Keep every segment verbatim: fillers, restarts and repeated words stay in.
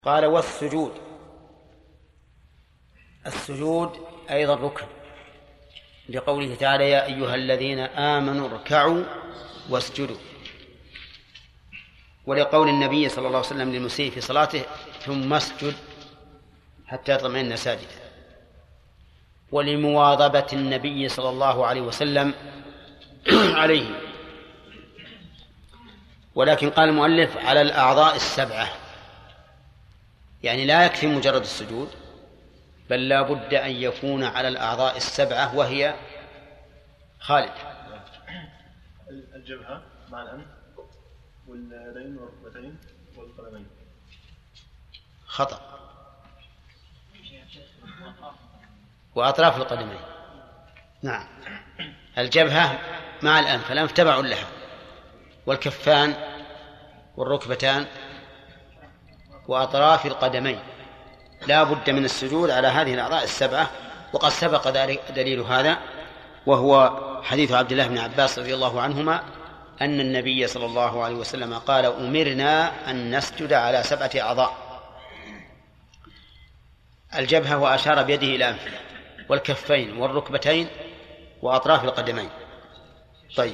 قال والسجود. السجود أيضا ركن، لقوله تعالى يا أيها الذين آمنوا اركعوا واسجدوا، ولقول النبي صلى الله عليه وسلم للمسيء في صلاته ثم اسجد حتى يطمئن ساجدا، ولمواظبة النبي صلى الله عليه وسلم عليه. ولكن قال المؤلف على الأعضاء السبعة، يعني لا يكفي مجرد السجود، بل لا بد أن يكون على الأعضاء السبعة، وهي خالد الجبهة مع الأنف واليدين والركبتين والقدمين. خطأ. وأطراف القدمين. نعم، الجبهة مع الأنف، الأنف تبع لها، والكفان والركبتان وأطراف القدمين. لا بد من السجود على هذه الأعضاء السبعة، وقد سبق دليل هذا، وهو حديث عبد الله بن عباس رضي الله عنهما أن النبي صلى الله عليه وسلم قال أمرنا أن نسجد على سبعة أعضاء: الجبهة وأشار بيده إلى أنفه، والكفين والركبتين وأطراف القدمين. طيب،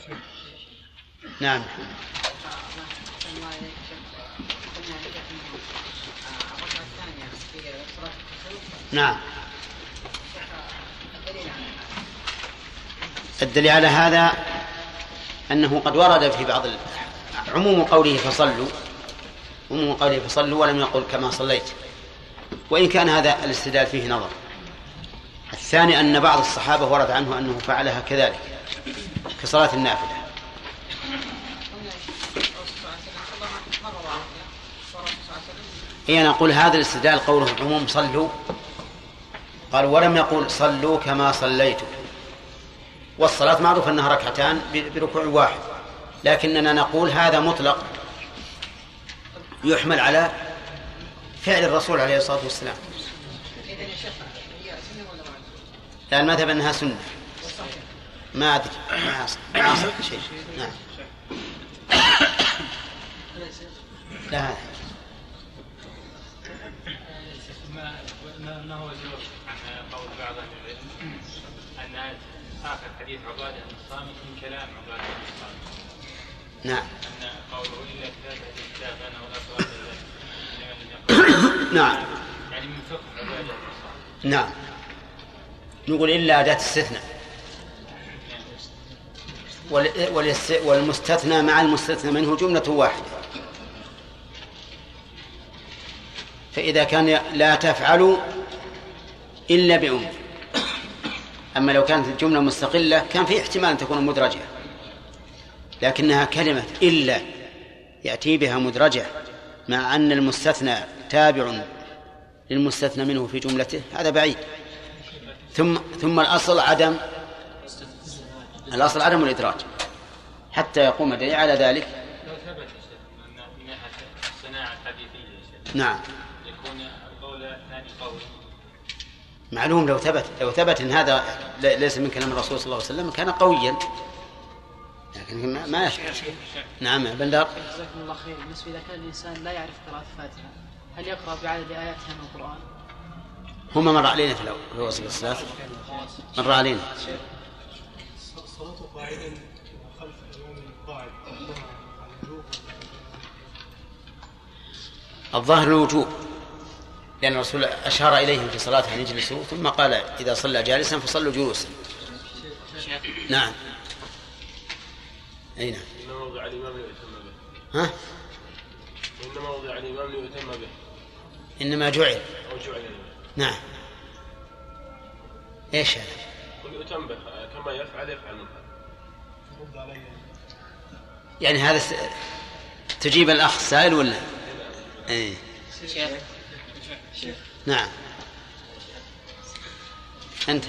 نعم. نعم، الدليل على هذا أنه قد ورد في بعض عموم قوله فصلوا، عموم قوله فصلوا ولم يقل كما صليت، وإن كان هذا الاستدلال فيه نظر. الثاني أن بعض الصحابة ورد عنه أنه فعلها كذلك كصلاة النافلة. هي نقول هذا الاستدلال قوله عموم صلوا، قال ولم يقل صلوا كما صليتم، والصلاة معروف أنها ركعتان بركوع واحد، لكننا نقول هذا مطلق يحمل على فعل الرسول عليه الصلاة والسلام. لا، المذهب أنها سنة، ما أدري ما أصل شيء. نعم. لا، هذا ما هو جواب عن قول بعض العلم أن آخر حديث عبادة الصامت من كلام عبادة الصامت. نعم. أن قوله إلا كتاب هذه الكتاب أنا ولا صلاة نعم، يعني من فقه عبادة الصامت. نعم، نقول إلا أداة استثناء، والمستثنى مع المستثنى منه جملة واحدة، فإذا كان لا تفعلوا إلا بأم، أما لو كانت الجملة مستقلة كان في احتمال أن تكون مدرجة، لكنها كلمة إلا يأتي بها مدرجة مع أن المستثنى تابع للمستثنى منه في جملته، هذا بعيد. ثم ثم الأصل عدم الأصل عدم الإدراج حتى يقوم الدليل على ذلك. لو ثبت من ناحية الصناعة الحديثية نعم يكون القول ثاني قول معلوم. لو ثبت لو ثبت ان هذا ليس من كلام الرسول صلى الله عليه وسلم كان قويا، لكن ما يشبه. نعم يا بندر. جزاكم الله خير. بالنسبه اذا كان الانسان لا يعرف قراءه الفاتحه، هل يقرا بعدد اياتها من القران؟ هما مر علينا في في وصف الصلاه، مر علينا. الصلاة قاعدا خلف الإمام القاعد الظاهر الوجوب، لأن الرسول أشار إليهم في صلاته أن يجلسوا، ثم قال إذا صلى جالسا فصلوا جلوسا. نعم. أين؟ إنما وضع الإمام ليؤتم به. ها؟ إنما وضع الإمام ليؤتم به. إنما جعل. أو جعل. نعم. إيش هذا؟ قل يؤتم به كما يفعل يفعل منه. يعني هذا س... تجيب الأخ سائل ولا؟ إيه. نعم. أنت.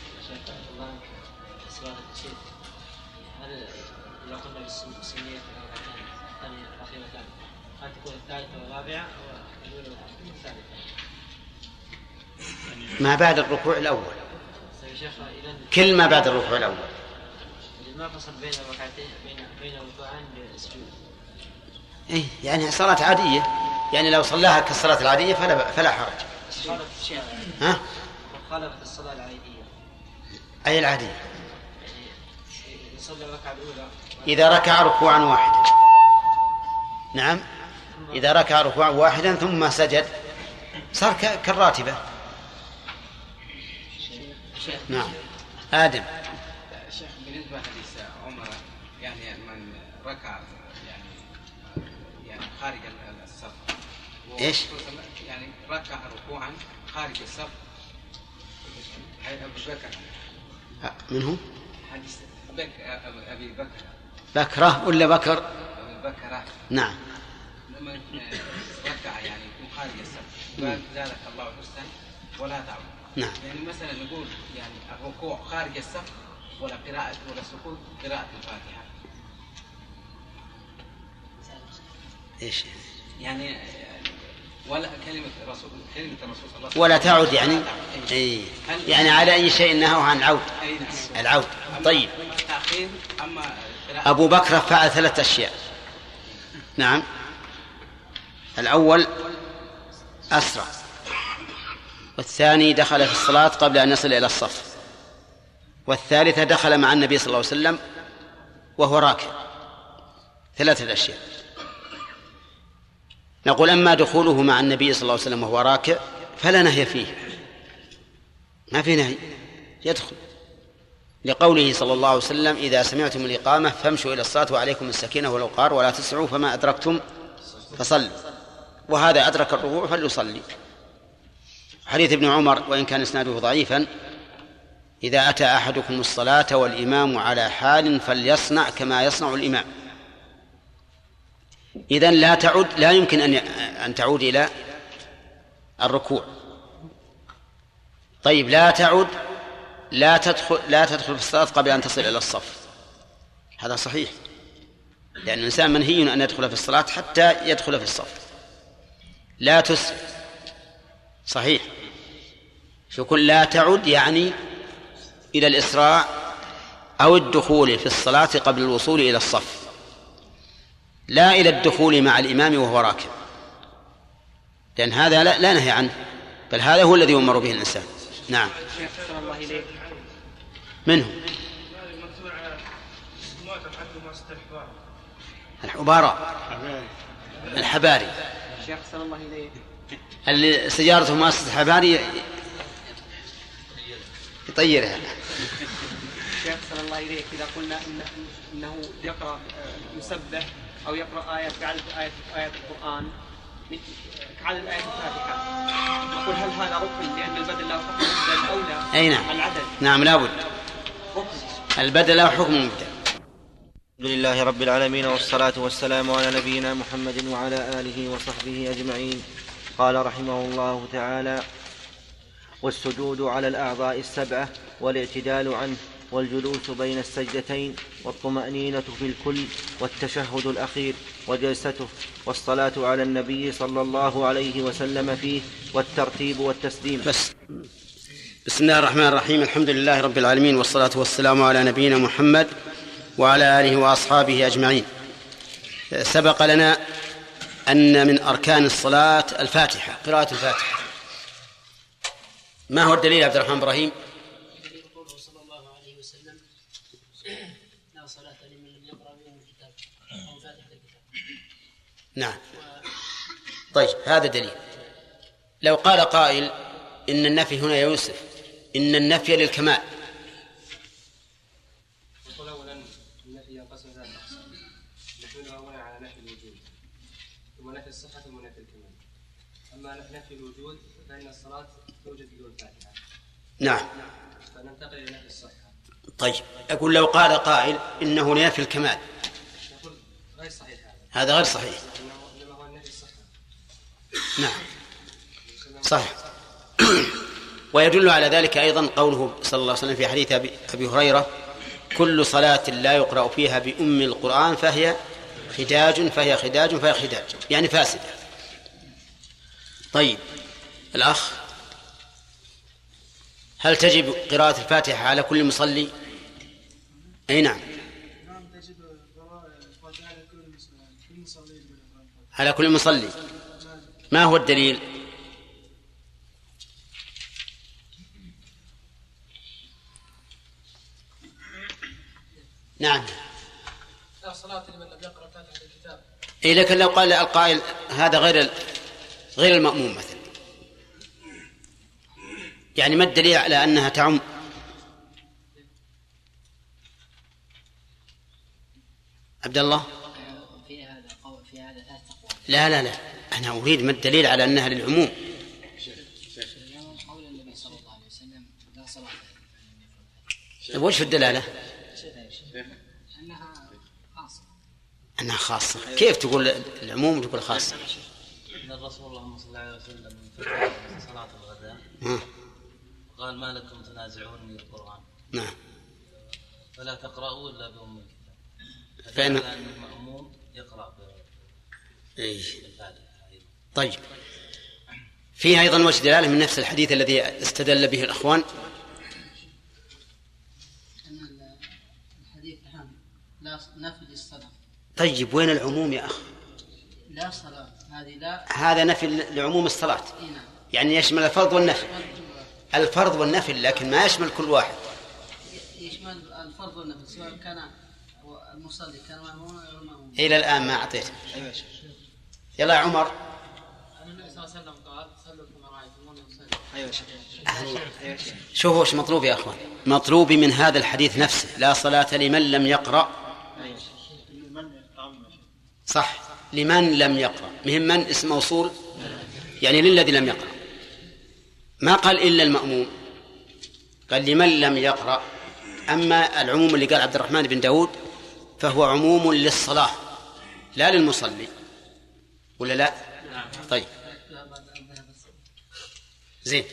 هل لو قلنا بالسنية الثانية الأخيرة هل تكون الثالثة والرابعة أو الأولى والثالثة؟ ما بعد الركوع الأول. كل ما بعد الركوع الأول. ما فصل بين الركعتين بين بين الركوعين بالسجود. إيه يعني صلاة عادية. يعني لو صلاها كالصلاة العادية فلا فلا حرج. ها؟ خالفت الصلاة العادية. أي العادية؟ يصلي الركعة الأولى. إذا ركع ركوعا واحدا. نعم. إذا ركع ركوعا واحدا ثم سجد صار كالراتبة. نعم. آدم. شيخ بالنسبة لحديث عمر يعني من ركع يعني يعني خارج الصف. إيش؟ يعني ركع ركوعا خارج الصف. أبو بكر. من هو؟ حديث أبي بكر. بكرة ولا بكر؟ أبي بكر. نعم. لما ركع يعني يكون خارج الصف قال زادك الله حسنا ولا تعود. نعم. يعني مثلا نقول يعني الركوع خارج الصف ولا قراءة ولا سكوت قراءة الفاتحة. إيش؟ يعني ولا كلمة الرسول كلمة الرسول صلى الله عليه وسلم ولا تعود يعني أي يعني على أي شيء نهوا عن العود. أي نعم. العود. طيب. التأخير أما أبو بكر فعل ثلاث أشياء. نعم. الأول أسرع، والثاني دخل في الصلاة قبل أن يصل إلى الصف، والثالثة دخل مع النبي صلى الله عليه وسلم وهو راكع. ثلاثة أشياء. نقول أما دخوله مع النبي صلى الله عليه وسلم وهو راكع فلا نهي فيه، ما في نهي، يدخل، لقوله صلى الله عليه وسلم إذا سمعتم الإقامة فامشوا إلى الصلاة وعليكم السكينة والوقار ولا تسرعوا فما أدركتم فصلوا، وهذا أدرك الركوع فليصلي. حديث ابن عمر وإن كان إسناده ضعيفا إذا أتى أحدكم الصلاة والإمام على حال فليصنع كما يصنع الإمام. إذن لا تعود، لا يمكن أن أن تعود إلى الركوع. طيب لا تعود، لا تدخل لا تدخل في الصلاة قبل أن تصل إلى الصف، هذا صحيح، لأن الإنسان منهي أن يدخل في الصلاة حتى يدخل في الصف. لا تسرع، صحيح، يقول لا تعد يعني إلى الإسراع أو الدخول في الصلاة قبل الوصول إلى الصف، لا إلى الدخول مع الإمام وهو راكع، لأن هذا لا, لا نهي عنه، بل هذا هو الذي يؤمر به الإنسان. نعم. منه الحبارة الحباري شيخ صلى الله عليه اللي سيارته مؤسسة حباري يطيرها. شيخ صلى الله عليه إذا قلنا إنه, إنه يقرأ يسبح أو يقرأ آية بعدد آية آية القرآن كعدد آية الفاتحة، أقول هل هذا ركن لأن البدل له حكم مبدأ الأولى؟ أي نعم. العدد. نعم لابد. البدل له حكم مبدأ. الحمد لله رب العالمين والصلاة والسلام على نبينا محمد وعلى آله وصحبه أجمعين. قال رحمه الله تعالى: والسجود على الأعضاء السبعة والاعتدال عنه والجلوس بين السجدتين والطمأنينة في الكل والتشهد الأخير وجلسته والصلاة على النبي صلى الله عليه وسلم فيه والترتيب والتسليم. بس. بسم الله الرحمن الرحيم. الحمد لله رب العالمين والصلاة والسلام على نبينا محمد وعلى آله وأصحابه أجمعين. سبق لنا أن من أركان الصلاة الفاتحة، قراءة الفاتحة. ما هو الدليل عبد الرحمن إبراهيم؟ دليل قوله صلى الله عليه وسلم: لا صلاة لمن لم يقرأ بأم الكتاب أو فاتحة الكتاب. نعم. طيب هذا دليل. لو قال قائل إن النفي هنا يا يوسف إن النفي للكمال، نقول أولا النفي ينقسم ثلاث أقسام، نحمله أولا على نفي الوجود ثم نفي الصحة ثم نفي الكمال. أما نفي الوجود فإن الصلاة توجد بدون فاتحة. نعم. فننتقل إلى نفي الصحة. طيب أقول لو قال قائل إنه نفي الكمال، نقول غير صحيح هذا. هذا غير صحيح. إنما هو نفي الصحة. نعم صح. ويدل على ذلك أيضا قوله صلى الله عليه وسلم في حديث أبي هريرة: كل صلاة لا يقرأ فيها بأم القرآن فهي خداج فهي خداج فهي خداج، يعني فاسدة. طيب الأخ، هل تجب قراءة الفاتحة على كل مصلي؟ أي نعم. نعم تجب قراءة الفاتحة على كل مصلي. على كل مصلي. ما هو الدليل؟ نعم. لا صلاة لمن لم يقرأ فاتحة الكتاب. إيه لكن لو قال القائل هذا غير غير المأموم مثلا، يعني ما الدليل على أنها تعم؟ عبد الله. في هذا قول في هذا ثلاث أقوال. لا لا لا أنا أريد ما الدليل على أنها للعموم؟ قول النبي صلى الله عليه وسلم لا صلاة. وش الدلالة؟ أنها خاصة. أنها خاصة. كيف تقول العموم وتقول خاصة؟ أن الرسول الله صلى الله عليه وسلم في صلاة الغداء قال ما لكم تنازعوني القرآن. نعم. فلا تقرأوا إلا بأم الكتاب. فإن أن المأموم يقرأ بالفاتحة. طيب فيه أيضا وجه دلالة من نفس الحديث الذي استدل به الأخوان. أن الحديث أهم لا نفي الصلاة. طيب وين العموم يا أخ؟ لا صلاة هذه لا. هذا نفي لعموم الصلاة. إيه نعم. يعني يشمل الفرض والنفل. الفرض والنفل لكن ما يشمل كل واحد. يشمل الفرض والنفل سواء كان المصلي كان مأموم أو مأموم. إلى الآن ما أعطيت. يلا يا عمر. النبي صلى الله عليه وسلم قال صلوا كما رأيتموني أصلي. شوفوا وش مطلوب يا أخوان. مطلوب من هذا الحديث نفسه لا صلاة لمن لم يقرأ. صح لمن لم يقرأ. مهم من اسم موصول يعني للذي لم يقرأ. ما قال إلا المأموم، قال لمن لم يقرأ. أما العموم اللي قال عبد الرحمن بن داود فهو عموم للصلاة لا للمصلي ولا لا؟ طيب زين.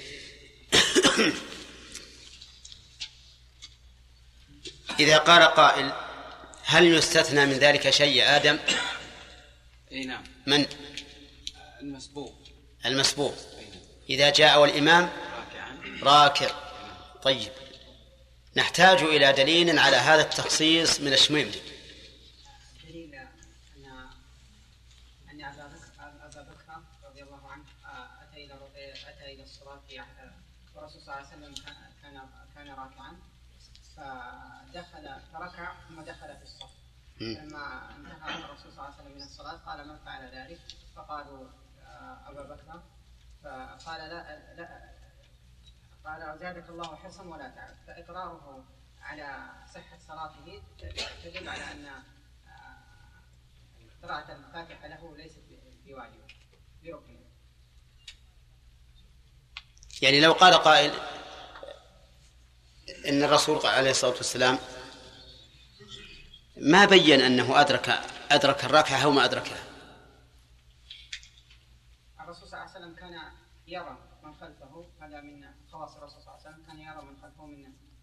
إذا قال قائل هل يستثنى من ذلك شيء يا آدم؟ اي نعم. من؟ المسبوق. المسبوق إذا جاء والإمام راكع. طيب نحتاج إلى دليل على هذا التخصيص من الشميمري. دليل أن أن أبا بكر رضي الله عنه أتى إلى أتى إلى الصلاة والرسول صلى الله عليه وسلم كان كان راكعا فدخل فركع ثم دخل في الصف. لما انتهى الرسول صلى الله عليه وسلم من الصلاة قال من فعل ذلك؟ فقالوا أبا بكر. فقال لا لا قال زادك الله حرصا ولا تعب. فإقراره على صحة صلاته تدل على أن قراءة الفاتحة له ليست بواجب بركن. يعني لو قال قائل إن الرسول عليه الصلاة والسلام ما بين أنه أدرك أدرك الركعة أو ما أدركها. الرسول صلى الله عليه وسلم كان يرى من خلفه. هذا من خواص الرسول صلى الله عليه وسلم كان يرى من خلفه من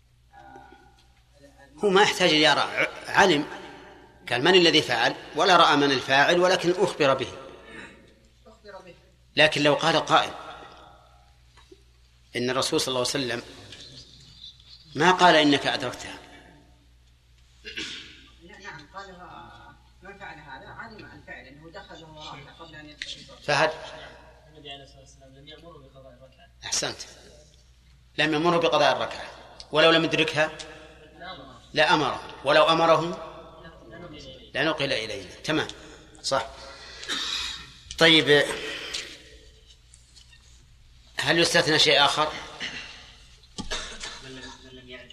هو ما يحتاج يرى علم. قال من الذي فعل ولا رأى من الفاعل ولكن أخبر به. أخبر به. لكن لو قال قائل إن الرسول صلى الله عليه وسلم ما قال إنك أدركتها. نعم قال من فعل هذا علم الفعل أنه دخل وراء قبل أن يدخل. فهد النبي عليه الصلاة والسلام لم يأمر بقضاء الركعة. أحسنت. لم يأمره بقضاء الركعة ولو لم يدركها لا أمره ولو أمرهم لا نقل إلينا. تمام صح. طيب هل يستثنى شيء آخر؟ من لم يعرف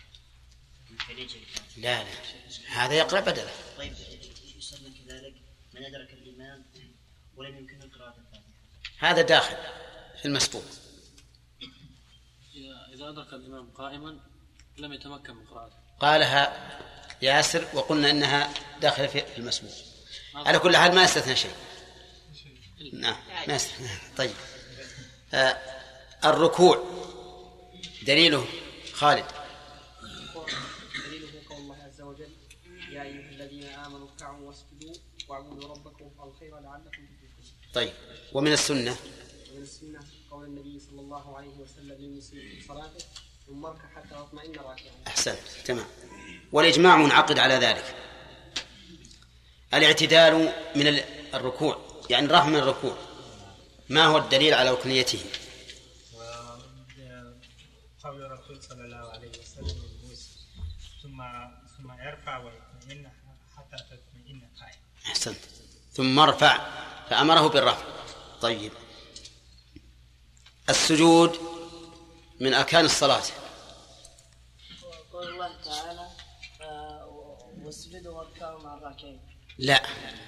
لا لا هذا يقرأ بدله. طيب يسمى كذلك من أدرك الإمام ولم يمكنه قراءة الفاتحة. هذا داخل في المسبوق. إذا أدرك الإمام قائما لم يتمكن من قراءته. قالها ياسر وقلنا إنها داخلة في المسبوق. على كل حال ما يستثنى شيء. نعم ما يستثنى. طيب آه الركوع دليله خالد. دليله قول الله عز وجل يا أيها الذين آمنوا اركعوا واسجدوا واعبدوا ربكم وافعلوا الخير لعلكم تفلحون. طيب ومن السنة ومن السنة قول النبي صلى الله عليه وسلم للمسلم في صلاته ثم اركع حتى يطمئن راكعا. أحسنت تمام. والإجماع منعقد على ذلك. الاعتدال من الركوع يعني الرفع من الركوع ما هو الدليل على ركنيته؟ قول الرسول صلى الله عليه وسلم ثم ثم يرفع ويطمئن حتى تطمئن قائما. أحسنت. ثم ارفع، فأمره بالرفع. طيب، السجود من أركان الصلاة. قول الله تعالى واسجدوا واركعوا مع الراكعين. لا.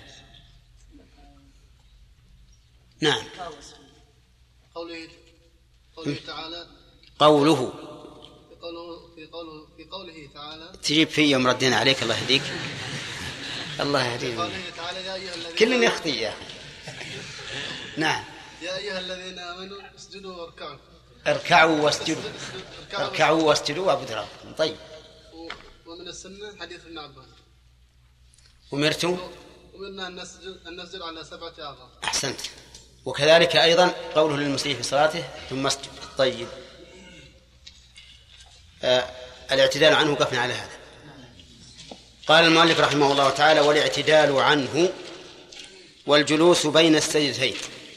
نعم. قوله قوله تعالى قوله في قوله في قوله في قوله تعالى تجيب في يوم ردنا عليك الله يهديك. الله يهديك. قوله تعالى يا أيها الذين كل يخطي يا أخي. نعم. يا أيها الذين آمنوا اسجدوا واركعوا. اركعوا واسجدوا. اركعوا واسجدوا وابدوا ربكم. طيب. ومن السنة حديث ابن عباس. أمرتم؟ أمرنا أن نسجد أن نسجد على سبعة أعضاء. أحسنت. وكذلك أيضا قوله للمسيء في صلاته ثم اسجد. طيب. آه الاعتدال عنه وقفنا على هذا. قال المؤلف رحمه الله تعالى: والاعتدال عنه والجلوس بين السجدتين.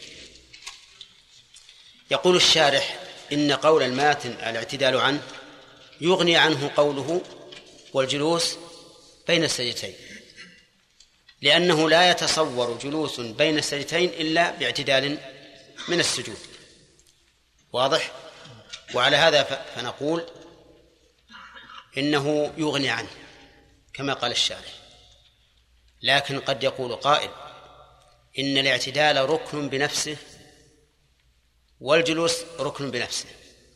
يقول الشارح إن قول الماتن الاعتدال عنه يغني عنه قوله والجلوس بين السجدتين، لأنه لا يتصور جلوس بين السجدتين إلا باعتدال من السجود. واضح؟ وعلى هذا فنقول إنه يغني عنه كما قال الشارح. لكن قد يقول قائل إن الاعتدال ركن بنفسه والجلوس ركن بنفسه،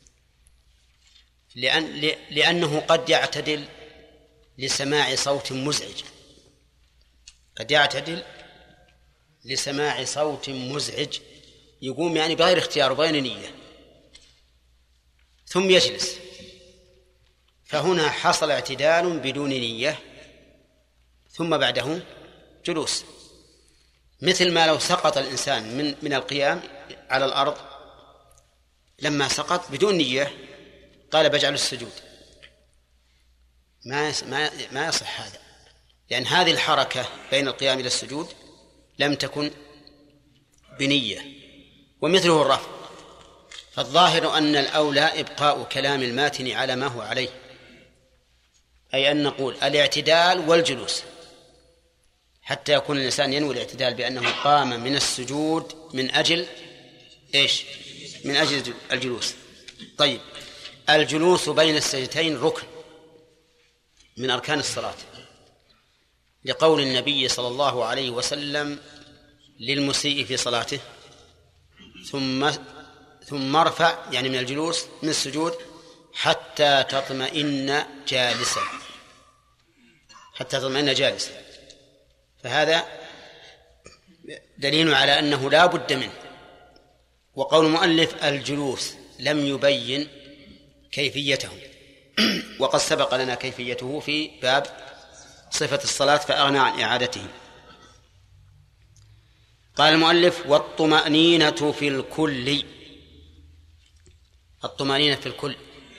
لأن لأنه قد يعتدل لسماع صوت مزعج، قد يعتدل لسماع صوت مزعج يقوم يعني بغير اختيار وبغير نية ثم يجلس، فهنا حصل اعتدال بدون نية ثم بعده جلوس، مثل ما لو سقط الإنسان من من القيام على الأرض لما سقط بدون نية قال بجعل السجود، ما ما ما يصح هذا، لأن هذه الحركة بين القيام إلى السجود لم تكن بنية. ومثله الرفع، فالظاهر أن الأولى إبقاء كلام الماتن على ما هو عليه، أي أن نقول الاعتدال والجلوس، حتى يكون الإنسان ينوي الاعتدال بأنه قام من السجود من أجل إيش؟ من أجل الجلوس. طيب، الجلوس بين السجدتين ركن من أركان الصلاة، لقول النبي صلى الله عليه وسلم للمسيء في صلاته ثم ثم ارفع، يعني من الجلوس من السجود، حتى تطمئن جالسا، حتى تطمئن جالسا. فهذا دليل على أنه لا بد منه. وقول المؤلف الجلوس لم يبين كيفيته، وقد سبق لنا كيفيته في باب صفة الصلاة فأغنى عن إعادته. قال المؤلف والطمأنينة في الكل. الطمأنينة في الكل،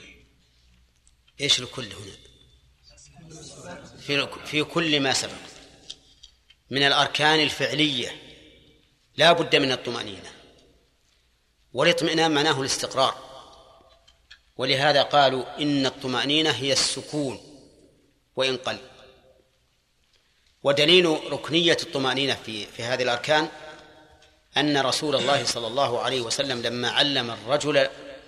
إيش الكل هنا؟ في, في كل ما سبق من الأركان الفعلية لا بد من الطمأنينة، والاطمئنان معناه الاستقرار، ولهذا قالوا إن الطمأنينة هي السكون وإن قل. ودليل ركنية الطمأنينة في, في هذه الأركان أن رسول الله صلى الله عليه وسلم لما علم الرجل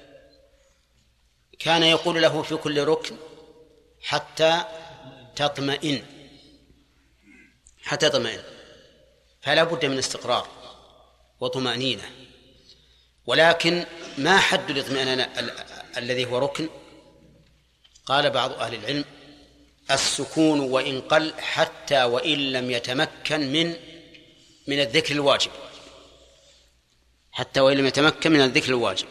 كان يقول له في كل ركن حتى تطمئن، حتى تطمئن، فلا بد من استقرار وطمأنينة. ولكن ما حد الاطمئنان الذي هو ركن؟ قال بعض أهل العلم السكون وإن قل، حتى وإن لم يتمكن من من الذكر الواجب، حتى وإن لم يتمكن من الذكر الواجب.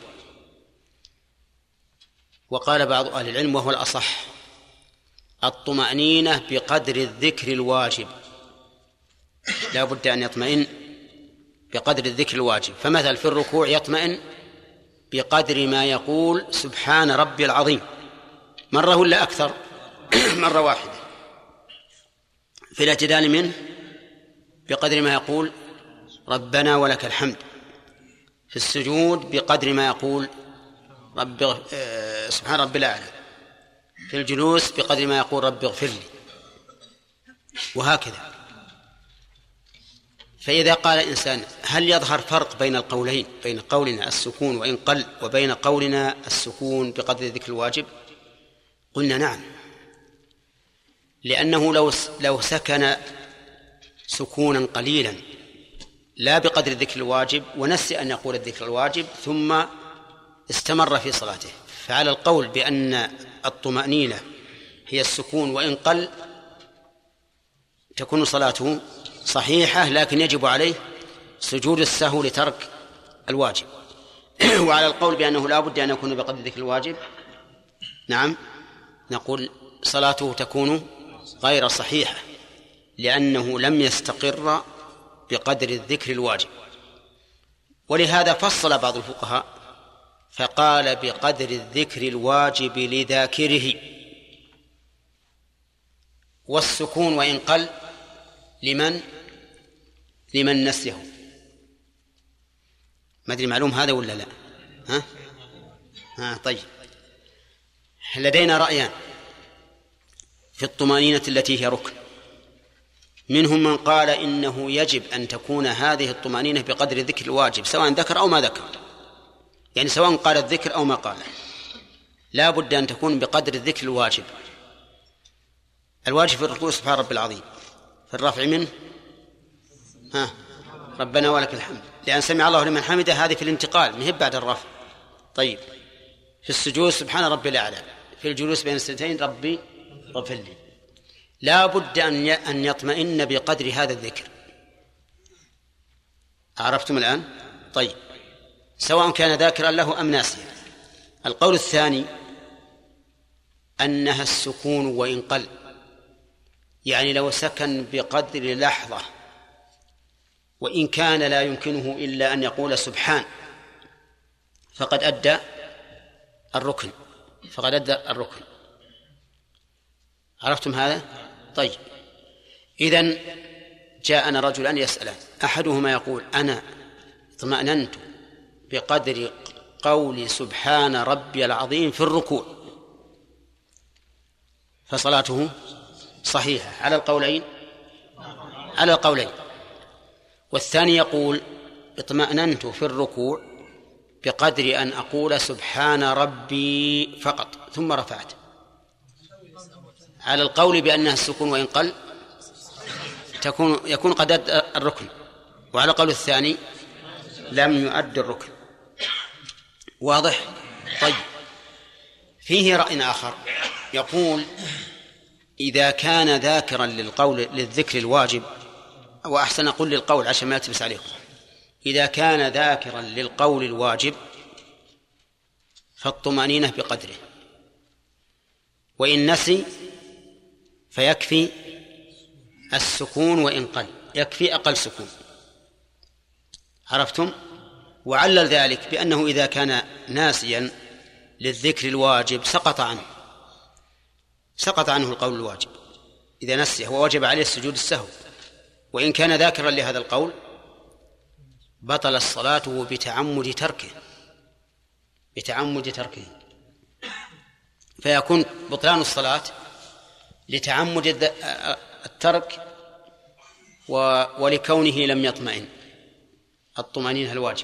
وقال بعض أهل العلم وهو الأصح الطمأنينة بقدر الذكر الواجب، لا بد أن يطمئن بقدر الذكر الواجب. فمثل في الركوع يطمئن بقدر ما يقول سبحان ربي العظيم مرة ولا أكثر؟ مرة واحدة. في الاعتدال منه بقدر ما يقول ربنا ولك الحمد. في السجود بقدر ما يقول رب سبحان ربي الأعلى، في الجلوس بقدر ما يقول رب اغفر لي، وهكذا. فإذا قال إنسان هل يظهر فرق بين القولين، بين قولنا السكون وإن قل وبين قولنا السكون بقدر ذكر الواجب؟ قلنا نعم، لأنه لو لو سكن سكونا قليلا لا بقدر ذكر الواجب ونسي أن يقول الذكر الواجب ثم استمر في صلاته، فعلى القول بأن الطمأنينة هي السكون وإن قل تكون صلاته صحيحة، لكن يجب عليه سجود السهو لترك الواجب. وعلى القول بأنه لا بد أن يكون بقدر ذكر الواجب نعم نقول صلاته تكون غير صحيحة، لأنه لم يستقر بقدر الذكر الواجب. ولهذا فصل بعض الفقهاء فقال بقدر الذكر الواجب لذاكره، والسكون وإن قل لمن لمن نسيه. ما أدري معلوم هذا ولا لا؟ ها؟ ها طيب. لدينا رأيان في الطمأنينة التي هي ركن. منهم من قال إنه يجب أن تكون هذه الطمأنينة بقدر ذكر الواجب سواء ذكر أو ما ذكر، يعني سواء قال الذكر أو ما قال لا بد أن تكون بقدر الذكر الواجب. الواجب في الركوع سبحان ربي العظيم، في الرفع منه ها ربنا ولك الحمد، لأن سمع الله لمن حمده هذه في الانتقال مهب بعد الرفع. طيب في السجود سبحان ربي الأعلى، في الجلوس بين السجدتين ربي اغفر لي. لا بد أن يطمئن بقدر هذا الذكر. عرفتم الآن؟ طيب سواء كان ذاكرا له أم ناسيا. القول الثاني أنها السكون وإن قل، يعني لو سكن بقدر لحظة وإن كان لا يمكنه إلا أن يقول سبحان فقد أدى الركن فقد أدى الركن. عرفتم هذا؟ طيب إذن جاءنا رجلان يسألان، أحدهما يقول أنا اطمأننت بقدر قول سبحان ربي العظيم في الركوع فصلاته صحيحة على القولين على القولين والثاني يقول اطمأننت في الركوع بقدر أن أقول سبحان ربي فقط ثم رفعت، على القول بأنها السكون وإن قل تكون يكون قد أدى الركن، وعلى القول الثاني لم يؤد الركن. واضح؟ طيب فيه رأي آخر يقول إذا كان ذاكرا للقول للذكر الواجب، وأحسن أقول للقول عشان ما يلتبس عليكم، إذا كان ذاكرا للقول الواجب فالطمأنينة بقدره، وإن نسي فيكفي السكون وإن قل، يكفي أقل سكون. عرفتم؟ وعلل ذلك بأنه إذا كان ناسيا للذكر الواجب سقط عنه سقط عنه القول الواجب إذا نسيه ووجب عليه السجود السهو، وإن كان ذاكرا لهذا القول بطل الصلاة بتعمد تركه بتعمد تركه فيكون بطلان الصلاة لتعمد الترك ولكونه لم يطمئن الطمأنينة الواجبة.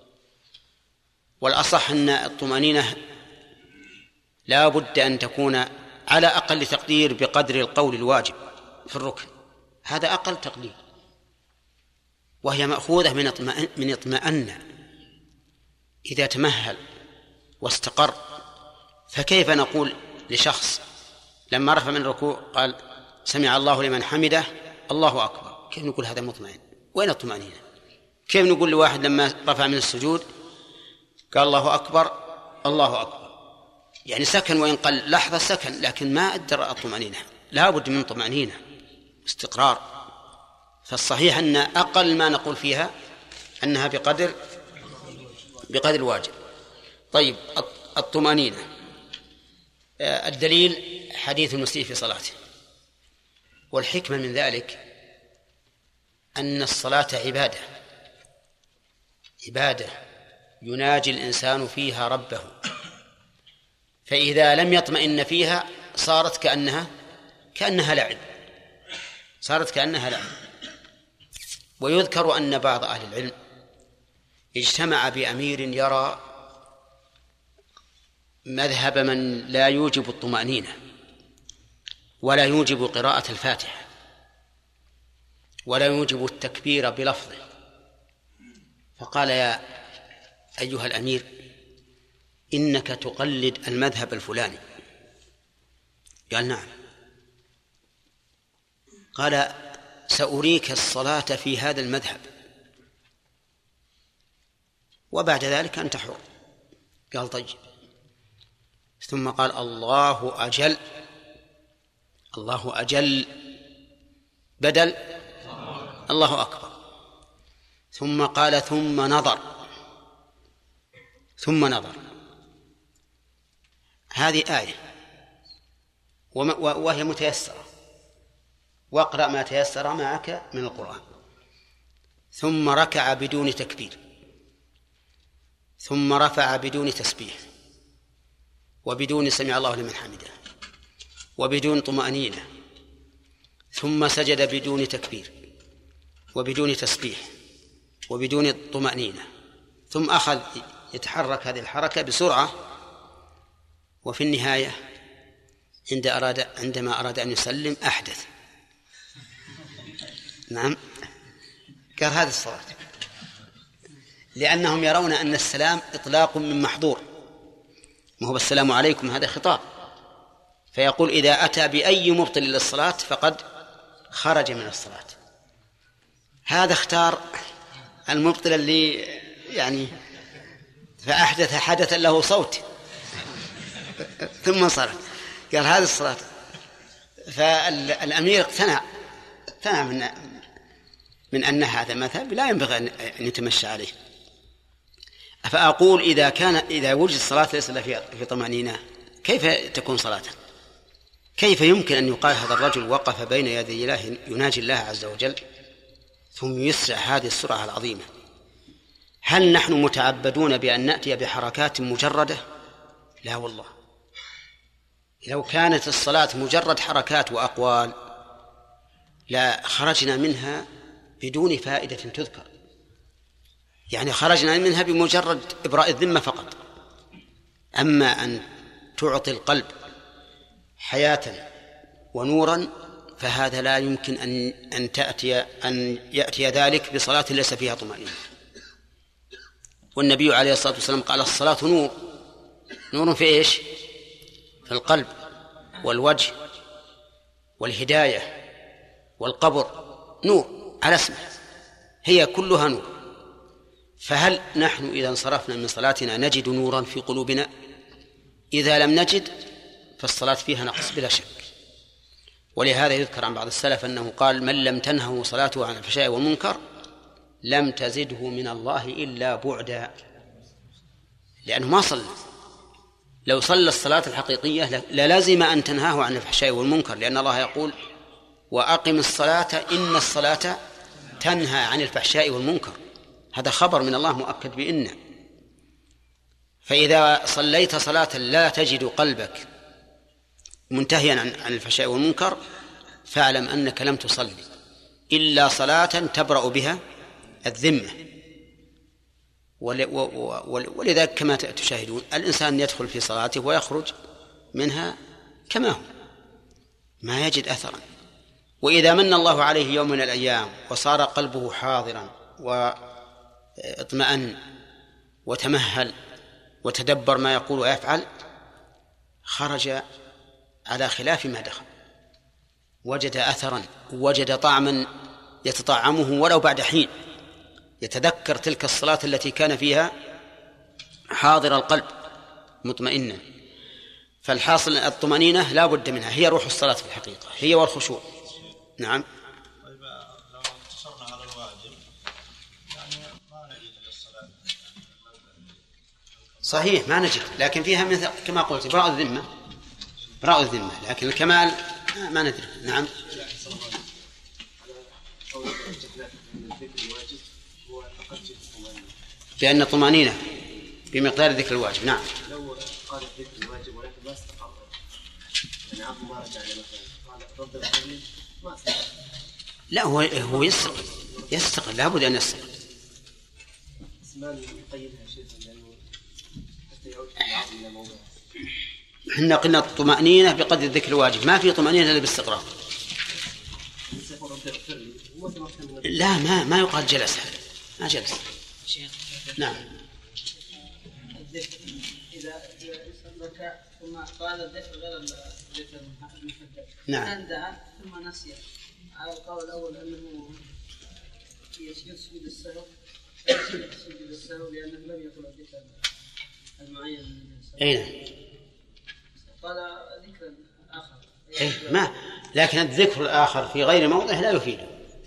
والأصح أن الطمأنينة لا بد أن تكون على أقل تقدير بقدر القول الواجب في الركن، هذا أقل تقدير، وهي مأخوذة من اطمئن من اطمأن إذا تمهل واستقر. فكيف نقول لشخص لما رفع من الركوع قال سمع الله لمن حمده الله أكبر، كيف نقول هذا مطمئن؟ وين الطمأنينة؟ كيف نقول لواحد لما رفع من السجود قال الله أكبر الله أكبر، يعني سكن وإن قل لحظة سكن لكن ما أدر الطمأنينة، لا بد من طمأنينة استقرار. فالصحيح أن أقل ما نقول فيها أنها بقدر بقدر الواجب. طيب الطمأنينة الدليل حديث المسيء في صلاته، والحكمة من ذلك أن الصلاة عبادة عبادة يناجي الإنسان فيها ربه، فإذا لم يطمئن فيها صارت كأنها كأنها لعب صارت كأنها لعب. ويذكر أن بعض أهل العلم اجتمع بأمير يرى مذهب من لا يوجب الطمأنينة ولا يوجب قراءة الفاتحة ولا يوجب التكبير بلفظه، فقال: يا أيها الأمير، إنك تقلد المذهب الفلاني. قال: نعم. قال: سأريك الصلاة في هذا المذهب وبعد ذلك أنت حر. قال: طيب. ثم قال: الله أجل، الله أجل بدل الله أكبر. ثم قال: ثم نظر ثم نظر. هذه آية وهي متيسرة، واقرأ ما تيسر معك من القرآن. ثم ركع بدون تكبير، ثم رفع بدون تسبيح، وبدون سمع الله لمن حمده، وبدون طمأنينة، ثم سجد بدون تكبير وبدون تسبيح وبدون طمأنينة، ثم أخذ يتحرك هذه الحركة بسرعة، وفي النهاية عند أراد عندما أراد أن يسلم أحدث. نعم. قال: هذه الصلاة، لأنهم يرون أن السلام إطلاق من محظور، ما هو السلام عليكم، هذا خطاب، فيقول: إذا أتى بأي مبطل للصلاة فقد خرج من الصلاة. هذا اختار المبطل اللي يعني فأحدث حدثا له صوت ثم صرف. قال: هذه الصلاة. فالأمير اقتنع اقتنع من من أن هذا مذهب لا ينبغي أن يتمشى عليه. فأقول: إذا كان إذا وجد الصلاة ليس إلا في طمأنينة، كيف تكون صلاة؟ كيف يمكن أن يقال هذا الرجل وقف بين يدي الله يناجي الله عز وجل ثم يسرع هذه السرعة العظيمة؟ هل نحن متعبدون بأن نأتي بحركات مجردة؟ لا والله. لو كانت الصلاة مجرد حركات وأقوال لا خرجنا منها بدون فائدة تذكر، يعني خرجنا منها بمجرد إبراء الذمة فقط. أما أن تعطي القلب حياة ونورا فهذا لا يمكن أن أن تأتي أن يأتي ذلك بصلاة ليس فيها طمأنينة. والنبي عليه الصلاة والسلام قال: الصلاة نور. نور في إيش؟ في القلب والوجه والهداية والقبر، نور على اسمه، هي كلها نور. فهل نحن إذا انصرفنا من صلاتنا نجد نورا في قلوبنا؟ إذا لم نجد فالصلاة فيها نقص بلا شك. ولهذا يذكر عن بعض السلف أنه قال: من لم تنهه صلاته عن الفحشاء والمنكر لم تزده من الله إلا بعدا، لأنه ما صلى. لو صلى الصلاة الحقيقية للازم أن تنهاه عن الفحشاء والمنكر، لأن الله يقول: وأقم الصلاة إن الصلاة تنهى عن الفحشاء والمنكر. هذا خبر من الله مؤكد بإن. فإذا صليت صلاة لا تجد قلبك منتهيا عن الفحشاء والمنكر فاعلم أنك لم تصلي إلا صلاة تبرأ بها الذمة. ولذلك كما تشاهدون الإنسان يدخل في صلاته ويخرج منها كما هو، ما يجد أثرا. وإذا من الله عليه يوم من الأيام وصار قلبه حاضرا واطمأن وتمهل وتدبر ما يقول ويفعل، خرج على خلاف ما دخل، وجد أثرا، وجد طعما يتطعمه ولو بعد حين، يتذكر تلك الصلاة التي كان فيها حاضر القلب مطمئنا. فالحاصل الطمأنينة لا بد منها، هي روح الصلاة في الحقيقة، هي والخشوع. نعم. صحيح ما نجد، لكن فيها مثل كما قلت براء الذمة، براء الذمة، لكن الكمال ما ندري. نعم. بأن الطمأنينة بمقدار ذكر الواجب. نعم. لو قال الذكر الواجب ولكن ما استقر يعني عقل ما رجع عليه مثلا قال رب اغفر لي ما استقر. لا هو هو يستقل يستقل لابد أن يستقل. اسمان يقيدها شيء لأنه حتى يعود العقل إلى موضوعه. احنا قلنا الطمأنينة بقدر الذكر الواجب، ما في طمأنينة إلا باستقرار. لا ما ما يقال جلس، ما جلس. نعم. الذكر إذا ركع ثم قال الذكر غير الذكر المحدد. نعم. دعا ثم نسي. على القول الأول أنه يسجد السهو يسجد السهو لأنه لم يكن الذكر المعين. أين؟ قال ذكر آخر. إيه ما لكن الذكر الآخر في غير موضع لا يفيده.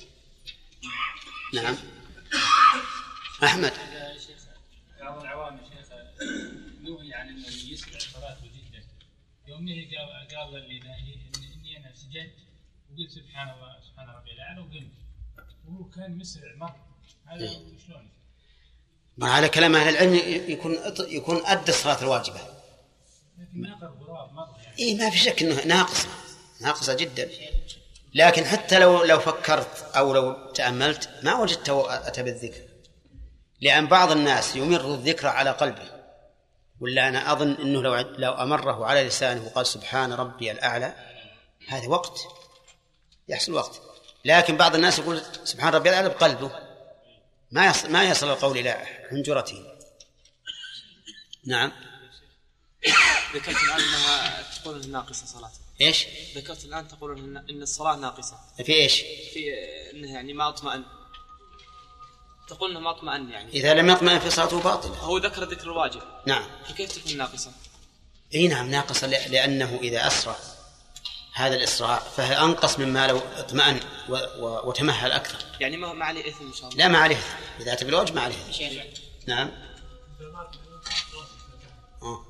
نعم. أحمد. بعض العوام شيخ نهي عن أنه يسمع صلاته جدا. يومه قال قال لي إني أنا سجدت وقلت سبحان الله سبحان ربي الأعلى وقمت وهو كان مسرع مرة. هذا شلون؟ ما على كلام أهل العلم يكون يكون أدى الصلاة الواجبة. لكن ناقص غراب مرة يعني. إيه ما في شك إنه ناقصة ناقصة جدا. لكن حتى لو لو فكرت أو لو تأملت ما وجدت أتى بالذكر، لأن بعض الناس يمر الذكر على قلبه، ولا أنا أظن أنه لو لو أمره على لسانه وقال سبحان ربي الأعلى هذا وقت يحصل وقت. لكن بعض الناس يقول سبحان ربي الأعلى بقلبه ما يصل ما يصل القول إلى حنجرته. نعم. ذكرت الآن أنها تقول أنها ناقصة صلاة. إيش؟ ذكرت الآن تقول إن الصلاة ناقصة. في إيش؟ في إنه يعني ما أطمئن. تقول إنه ما أطمئن يعني. إذا لم يطمئن في صلاته باطلة. هو ذكر ذكر الواجب. نعم. فكيف تكون ناقصة؟ إيه نعم ناقصة لأنه إذا أسرع هذا الإسراع فهي أنقص مما لو اطمئن وتمهل أكثر. يعني ما ما عليه إثم إن شاء الله. لا ما عليه إذا أتى بالواجب ما عليه. نعم. أوه.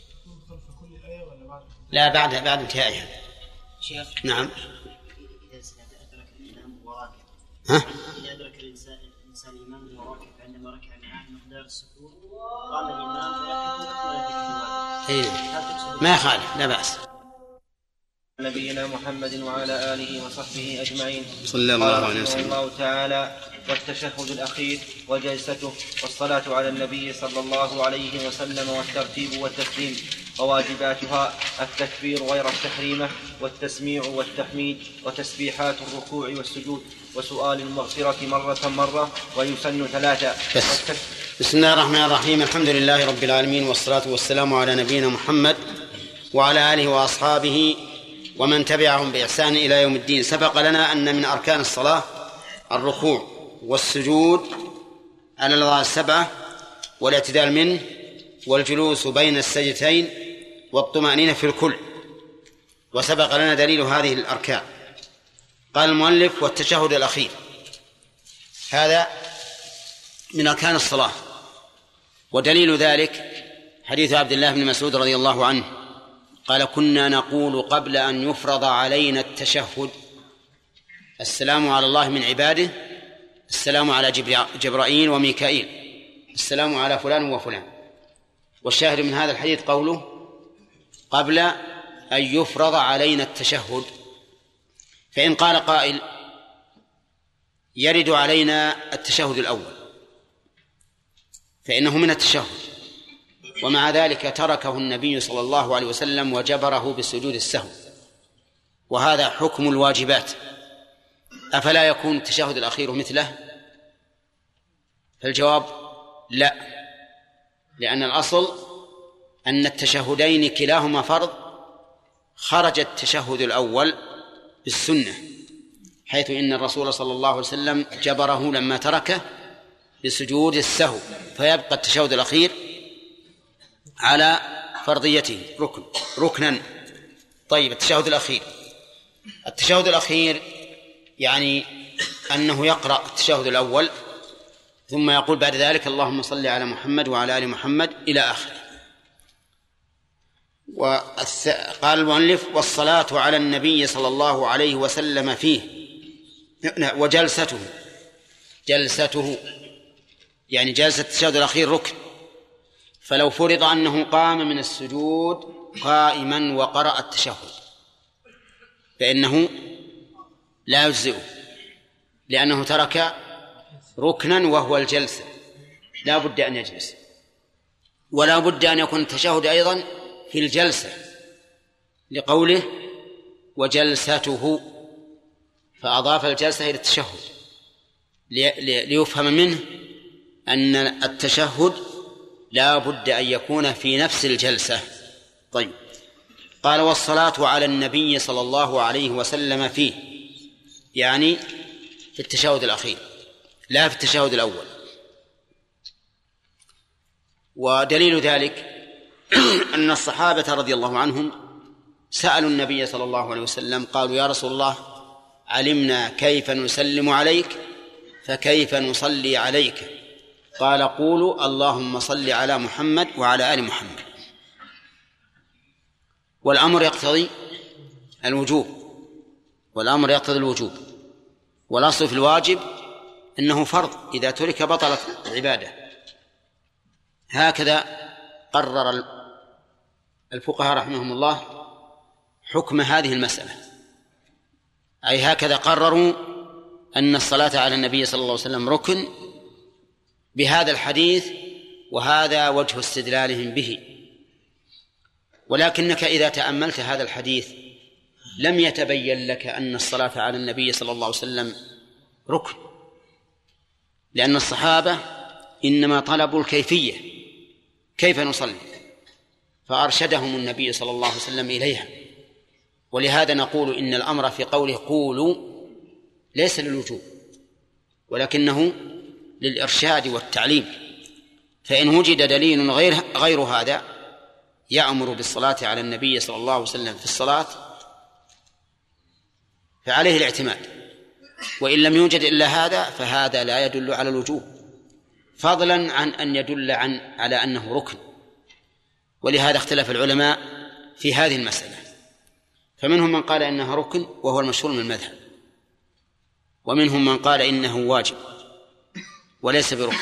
لا بعد بعد انتهائها. شيخ. نعم. إذا أدرك الإمام وراكع. ها؟ إذا أدرك الإنسان الإنسان الإمام وراكع عندما ركع معه مقدار السكون قام الإمام وركع إيه ما يخالف لا بأس. نبينا محمد وعلى آله وصحبه أجمعين. صلى الله عليه وسلم. الله تعالى والتشهد الأخير وجلسته والصلاة على النبي صلى الله عليه وسلم والترتيب والتسليم وواجباتها التكبير غير التحريمة والتسميع والتحميد وتسبيحات الركوع والسجود وسؤال المغفرة مرة مرة ويسن ثلاثة. بسم الله الرحمن الرحيم. الحمد لله رب العالمين والصلاة والسلام على نبينا محمد وعلى آله وأصحابه ومن تبعهم بإحسان إلى يوم الدين. سبق لنا أن من أركان الصلاة الركوع والسجود على الأعضاء السبعة والاعتدال منه والجلوس بين السجدتين والطمأنينة في الكل، وسبق لنا دليل هذه الأركان. قال المؤلف والتشهد الأخير، هذا من أركان الصلاة، ودليل ذلك حديث عبد الله بن مسعود رضي الله عنه قال كنا نقول قبل أن يفرض علينا التشهد السلام على الله من عباده، السلام على جبرائيل وميكائيل، السلام على فلان وفلان. والشاهد من هذا الحديث قوله قبل أن يفرض علينا التشهد. فإن قال قائل يرد علينا التشهد الأول فإنه من التشهد، ومع ذلك تركه النبي صلى الله عليه وسلم وجبره بسجود السهو، وهذا حكم الواجبات، أفلا يكون التشهد الأخير مثله؟ فالجواب لا، لأن الأصل أن التشهدين كلاهما فرض، خرج التشهد الأول بالسنة، حيث إن الرسول صلى الله عليه وسلم جبره لما تركه بسجود السهو، فيبقى التشهد الأخير على فرضيته ركن ركنا. طيب التشهد الأخير التشهد الأخير يعني أنه يقرأ التشهد الأول ثم يقول بعد ذلك اللهم صل على محمد وعلى آل محمد إلى آخره. وقال المؤلف والصلاة على النبي صلى الله عليه وسلم فيه، وجلسته جلسته يعني جلسة التشهد الأخير ركن، فلو فرض أنه قام من السجود قائما وقرأ التشهد فإنه لا يجزئه، لأنه ترك ركنا وهو الجلسة، لا بد أن يجلس، ولا بد أن يكون التشهد أيضا في الجلسة لقوله وجلسته، فأضاف الجلسة إلى التشهد ليفهم منه أن التشهد لا بد أن يكون في نفس الجلسة. طيب، قال والصلاة على النبي صلى الله عليه وسلم فيه، يعني في التشهد الأخير لا في التشهد الأول. ودليل ذلك أن الصحابة رضي الله عنهم سألوا النبي صلى الله عليه وسلم قالوا يا رسول الله علمنا كيف نسلم عليك فكيف نصلي عليك؟ قال قولوا اللهم صل على محمد وعلى آل محمد. والأمر يقتضي الوجوب، والأمر يقتضي الوجوب، والأصل في الواجب أنه فرض، إذا ترك بطلت العبادة. هكذا قرر الفقهاء رحمهم الله حكم هذه المسألة، أي هكذا قرروا أن الصلاة على النبي صلى الله عليه وسلم ركن بهذا الحديث، وهذا وجه استدلالهم به. ولكنك إذا تأملت هذا الحديث لم يتبين لك أن الصلاة على النبي صلى الله عليه وسلم ركن، لأن الصحابة إنما طلبوا الكيفية كيف نصلي، فأرشدهم النبي صلى الله عليه وسلم إليها. ولهذا نقول إن الأمر في قوله قولوا ليس للوجوب ولكنه للإرشاد والتعليم، فإن وجد دليل غير, غير هذا يأمر بالصلاة على النبي صلى الله عليه وسلم في الصلاة فعليه الاعتماد، وإن لم يوجد إلا هذا فهذا لا يدل على الوجوب، فضلا عن أن يدل عن على أنه ركن. ولهذا اختلف العلماء في هذه المسألة، فمنهم من قال إنها ركن وهو المشهور من المذهب، ومنهم من قال إنه واجب وليس بركن.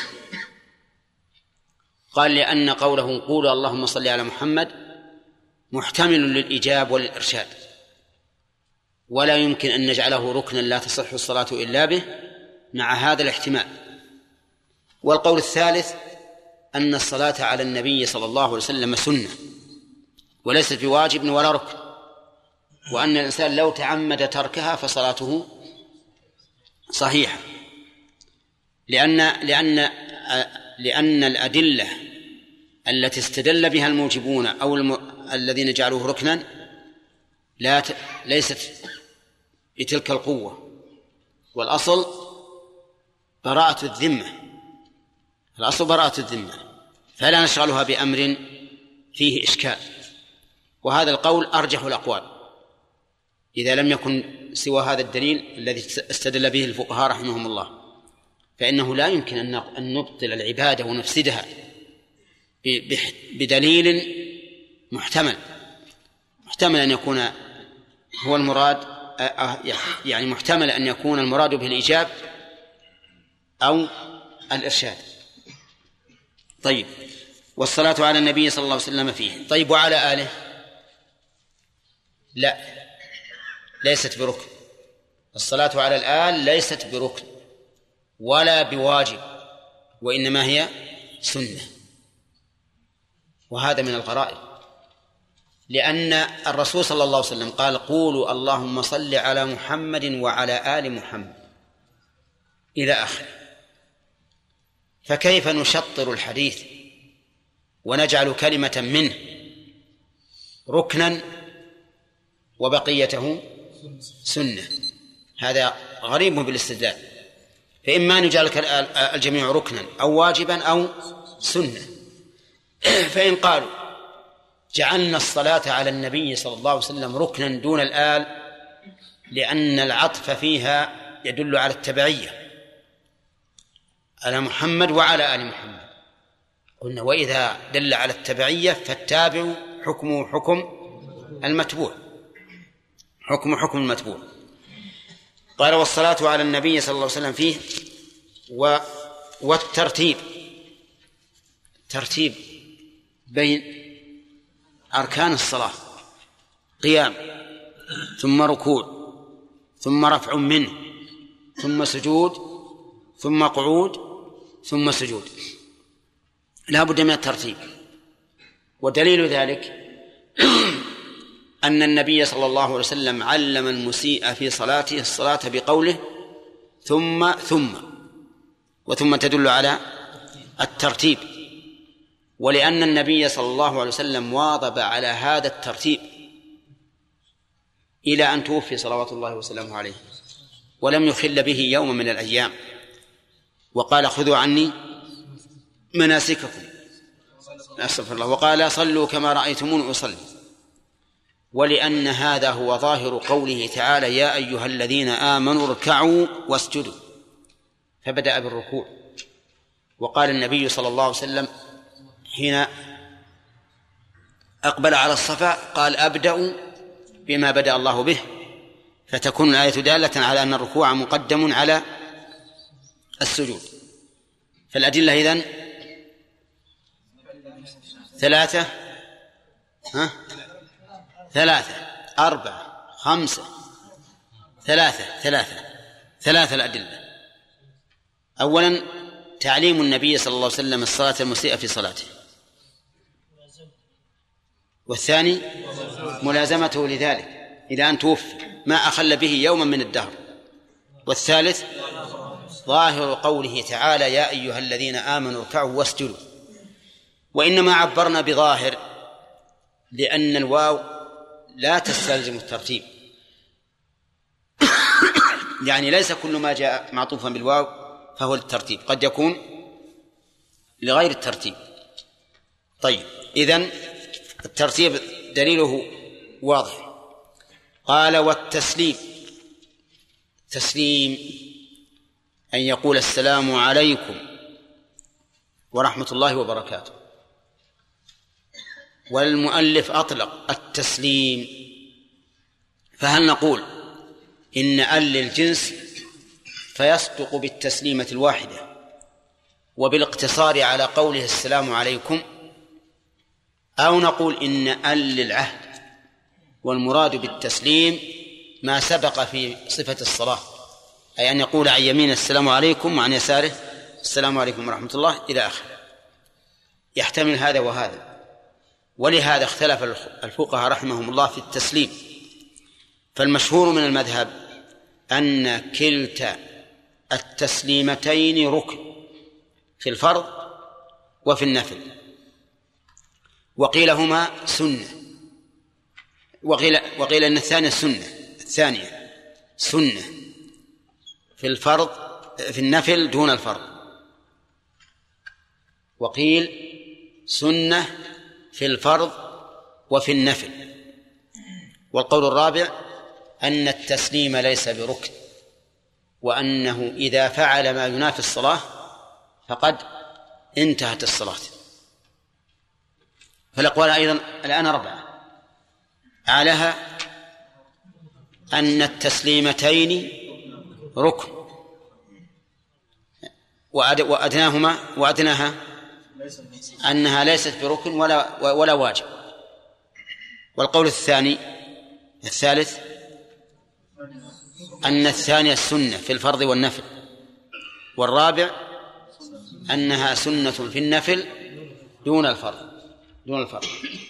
قال لأن قوله قولوا اللهم صل على محمد محتمل للإجاب وللإرشاد، ولا يمكن أن نجعله ركنا لا تصح الصلاة إلا به مع هذا الاحتمال. والقول الثالث أن الصلاة على النبي صلى الله عليه وسلم سنة وليست بواجب ولا ركن، وأن الإنسان لو تعمد تركها فصلاته صحيحة، لأن لأن لأن الأدلة التي استدل بها الموجبون أو الم... الذين جعلوه ركنا لا ت... ليست بتلك القوة، والأصل براءة الذمة، الأصل براءة الذمة، فلا نشغلها بأمر فيه إشكال. وهذا القول أرجح الأقوال إذا لم يكن سوى هذا الدليل الذي استدل به الفقهاء رحمهم الله، فإنه لا يمكن أن نبطل العبادة ونفسدها بدليل محتمل محتمل أن يكون هو المراد، يعني محتمل أن يكون المراد به الإيجاب أو الإرشاد. طيب، والصلاة على النبي صلى الله عليه وسلم فيه. طيب، وعلى آله؟ لا، ليست بركن. الصلاة على الآل ليست بركن ولا بواجب، وإنما هي سنة، وهذا من الغرائب، لأن الرسول صلى الله عليه وسلم قال قولوا اللهم صل على محمد وعلى آل محمد إلى آخره، فكيف نشطر الحديث ونجعل كلمة منه ركنا وبقيته سنة؟ هذا غريب بالاستدلال. فإما نجعل الجميع ركنا أو واجبا أو سنة. فإن قالوا جعلنا الصلاة على النبي صلى الله عليه وسلم ركنا دون الآل لأن العطف فيها يدل على التبعية على محمد وعلى آل محمد، قلنا وإذا دل على التبعية فالتابع حكمه حكم المتبوع، حكم حكم المتبوع. قال والصلاة على النبي صلى الله عليه وسلم فيه و... والترتيب. ترتيب بين أركان الصلاة: قيام، ثم ركوع، ثم رفع منه، ثم سجود، ثم قعود، ثم سجود. لا بد من الترتيب. ودليل ذلك أن النبي صلى الله عليه وسلم علم المسيء في صلاته الصلاة بقوله ثم ثم، وثم تدل على الترتيب. ولأن النبي صلى الله عليه وسلم واظب على هذا الترتيب إلى أن توفي صلوات الله وسلامه عليه، ولم يخل به يوم من الأيام، وقال: خذوا عني مناسككم. أستغفر الله. وقال: صلوا كما رأيتموني أصلي. ولأن هذا هو ظاهر قوله تعالى: يا أيها الذين آمنوا اركعوا واسجدوا، فبدأ بالركوع. وقال النبي صلى الله عليه وسلم حين أقبل على الصفا قال: أبدأ بما بدأ الله به، فتكون الآية دالة على أن الركوع مقدم على السجود. فالأدلة إذن ثلاثة ها؟ ثلاثة أربعة خمسة ثلاثة ثلاثة ثلاثة الأدلة. أولا تعليم النبي صلى الله عليه وسلم الصلاة المسيئة في صلاته، والثاني ملازمته لذلك إلى أن توفي ما أخل به يوما من الدهر، والثالث ظاهر قوله تعالى: يا أيها الذين آمنوا اركعوا واسجدوا. وإنما عبرنا بظاهر لأن الواو لا تستلزم الترتيب، يعني ليس كل ما جاء معطوفا بالواو فهو الترتيب، قد يكون لغير الترتيب. طيب، إذن الترتيب دليله واضح. قال: والتسليم، تسليم أن يقول السلام عليكم ورحمة الله وبركاته. والمؤلف أطلق التسليم، فهل نقول إن أل للجنس فيصدق بالتسليمة الواحدة وبالاقتصار على قوله السلام عليكم، أو نقول إن أل للعهد والمراد بالتسليم ما سبق في صفة الصلاة، أي أن يقول عن يمين السلام عليكم وعن يساره السلام عليكم ورحمة الله إلى آخره، يحتمل هذا وهذا. ولهذا اختلف الفقهاء رحمهم الله في التسليم. فالمشهور من المذهب أن كلتا التسليمتين ركن في الفرض وفي النفل، وقيل هما سنة، وقيل, وقيل أن الثانية سنة الثانية سنة في الفرض في النفل دون الفرض، وقيل سنة في الفرض وفي النفل. والقول الرابع أن التسليم ليس بركن، وأنه إذا فعل ما ينافي الصلاة فقد انتهت الصلاة. فالأقوال أيضا الآن أربعة، أعلاها أن التسليمتين ركن، وأدناهما وأدناها أنها ليست بركن ولا ولا واجب. والقول الثاني الثالث أن الثانية السنة في الفرض والنفل، والرابع أنها سنة في النفل دون الفرض دون الفرض.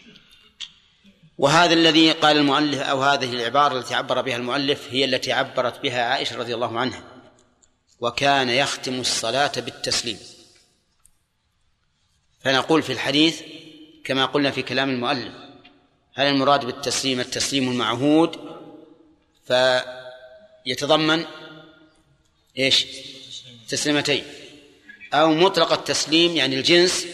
وهذا الذي قال المؤلف، أو هذه العبارة التي عبر بها المؤلف، هي التي عبرت بها عائشة رضي الله عنها: وكان يختم الصلاة بالتسليم. فنقول في الحديث كما قلنا في كلام المؤلف: هل المراد بالتسليم التسليم المعهود فيتضمن إيش؟ تسليمتين، أو مطلق التسليم يعني الجنس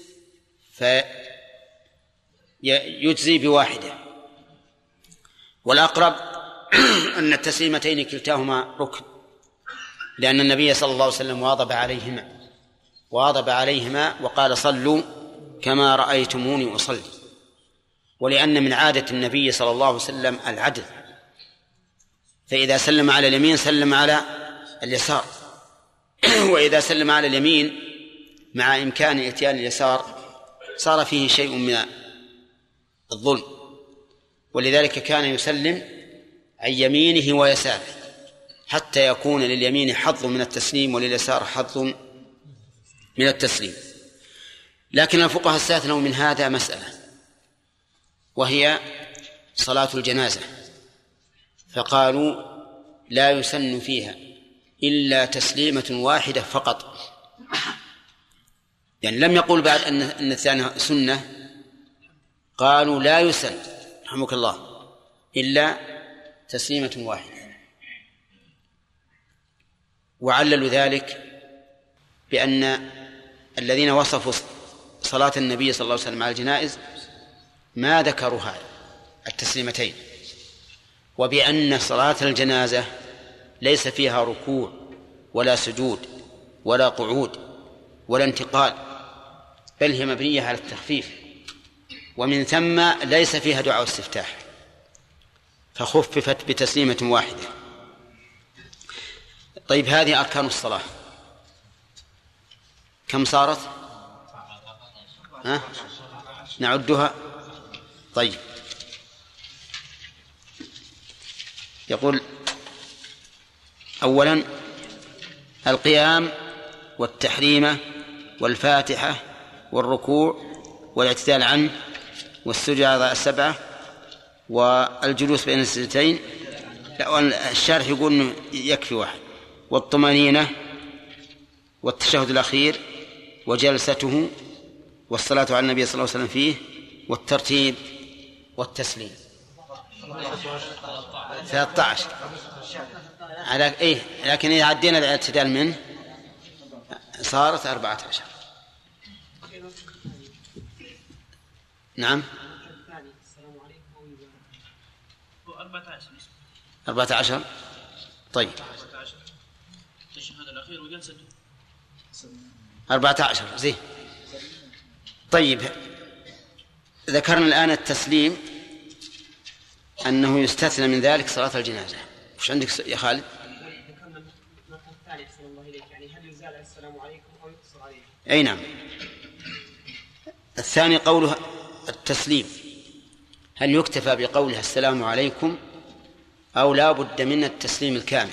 فيجزي بواحدة؟ والأقرب أن التسليمتين كلتاهما ركن، لأن النبي صلى الله عليه وسلم واظب عليهما واظب عليهما وقال: صلوا كما رأيتموني أصلي. ولأن من عادة النبي صلى الله عليه وسلم العدل، فإذا سلم على اليمين سلم على اليسار، وإذا سلم على اليمين مع إمكان إتيان اليسار صار فيه شيء من الظلم، ولذلك كان يسلم عن يمينه ويساره حتى يكون لليمين حظ من التسليم ولليسار حظ من التسليم. لكن الفقهاء استثنوا من هذا مسألة، وهي صلاة الجنازة، فقالوا لا يسن فيها إلا تسليمة واحدة فقط. يعني لم يقول بعد أن أن الثانية سنة، قالوا لا يسن رحمك الله إلا تسليمة واحدة. وعللوا ذلك بأن الذين وصفوا صلاة النبي صلى الله عليه وسلم على الجنائز ما ذكروا هذا التسليمتين، وبأن صلاة الجنازة ليس فيها ركوع ولا سجود ولا قعود ولا انتقال، بل هي مبنية على التخفيف، ومن ثم ليس فيها دعاء استفتاح، فخففت بتسليمة واحدة. طيب هذه أركان الصلاة كم صارت؟ ها؟ نعدها. طيب يقول أولا القيام والتحريمة والفاتحة والركوع والاعتدال عنه والسجود السبعة والجلوس بين السجدتين. الشارح يقول إنه يكفي واحد، والطمأنينة والتشهد الأخير وجلسته والصلاة على النبي صلى الله عليه وسلم فيه والترتيب والتسليم. ثلاثة عشر على إيه، لكن إذا عدينا الاعتدال منه صارت أربعة عشر. نعم أربعة عشر. طيب التشهد الأخير وجلسته أربعة عشر زين. طيب ذكرنا الآن التسليم أنه يستثنى من ذلك صلاة الجنازة. وش عندك يا خالد؟ ذكرنا المرتبة الثالثة صلى الله عليه، يعني هل يزال السلام عليكم أو يقصر عليه؟ أي نعم. الثاني قوله التسليم، هل يكتفى بقولها السلام عليكم أو لا بد من التسليم الكامل؟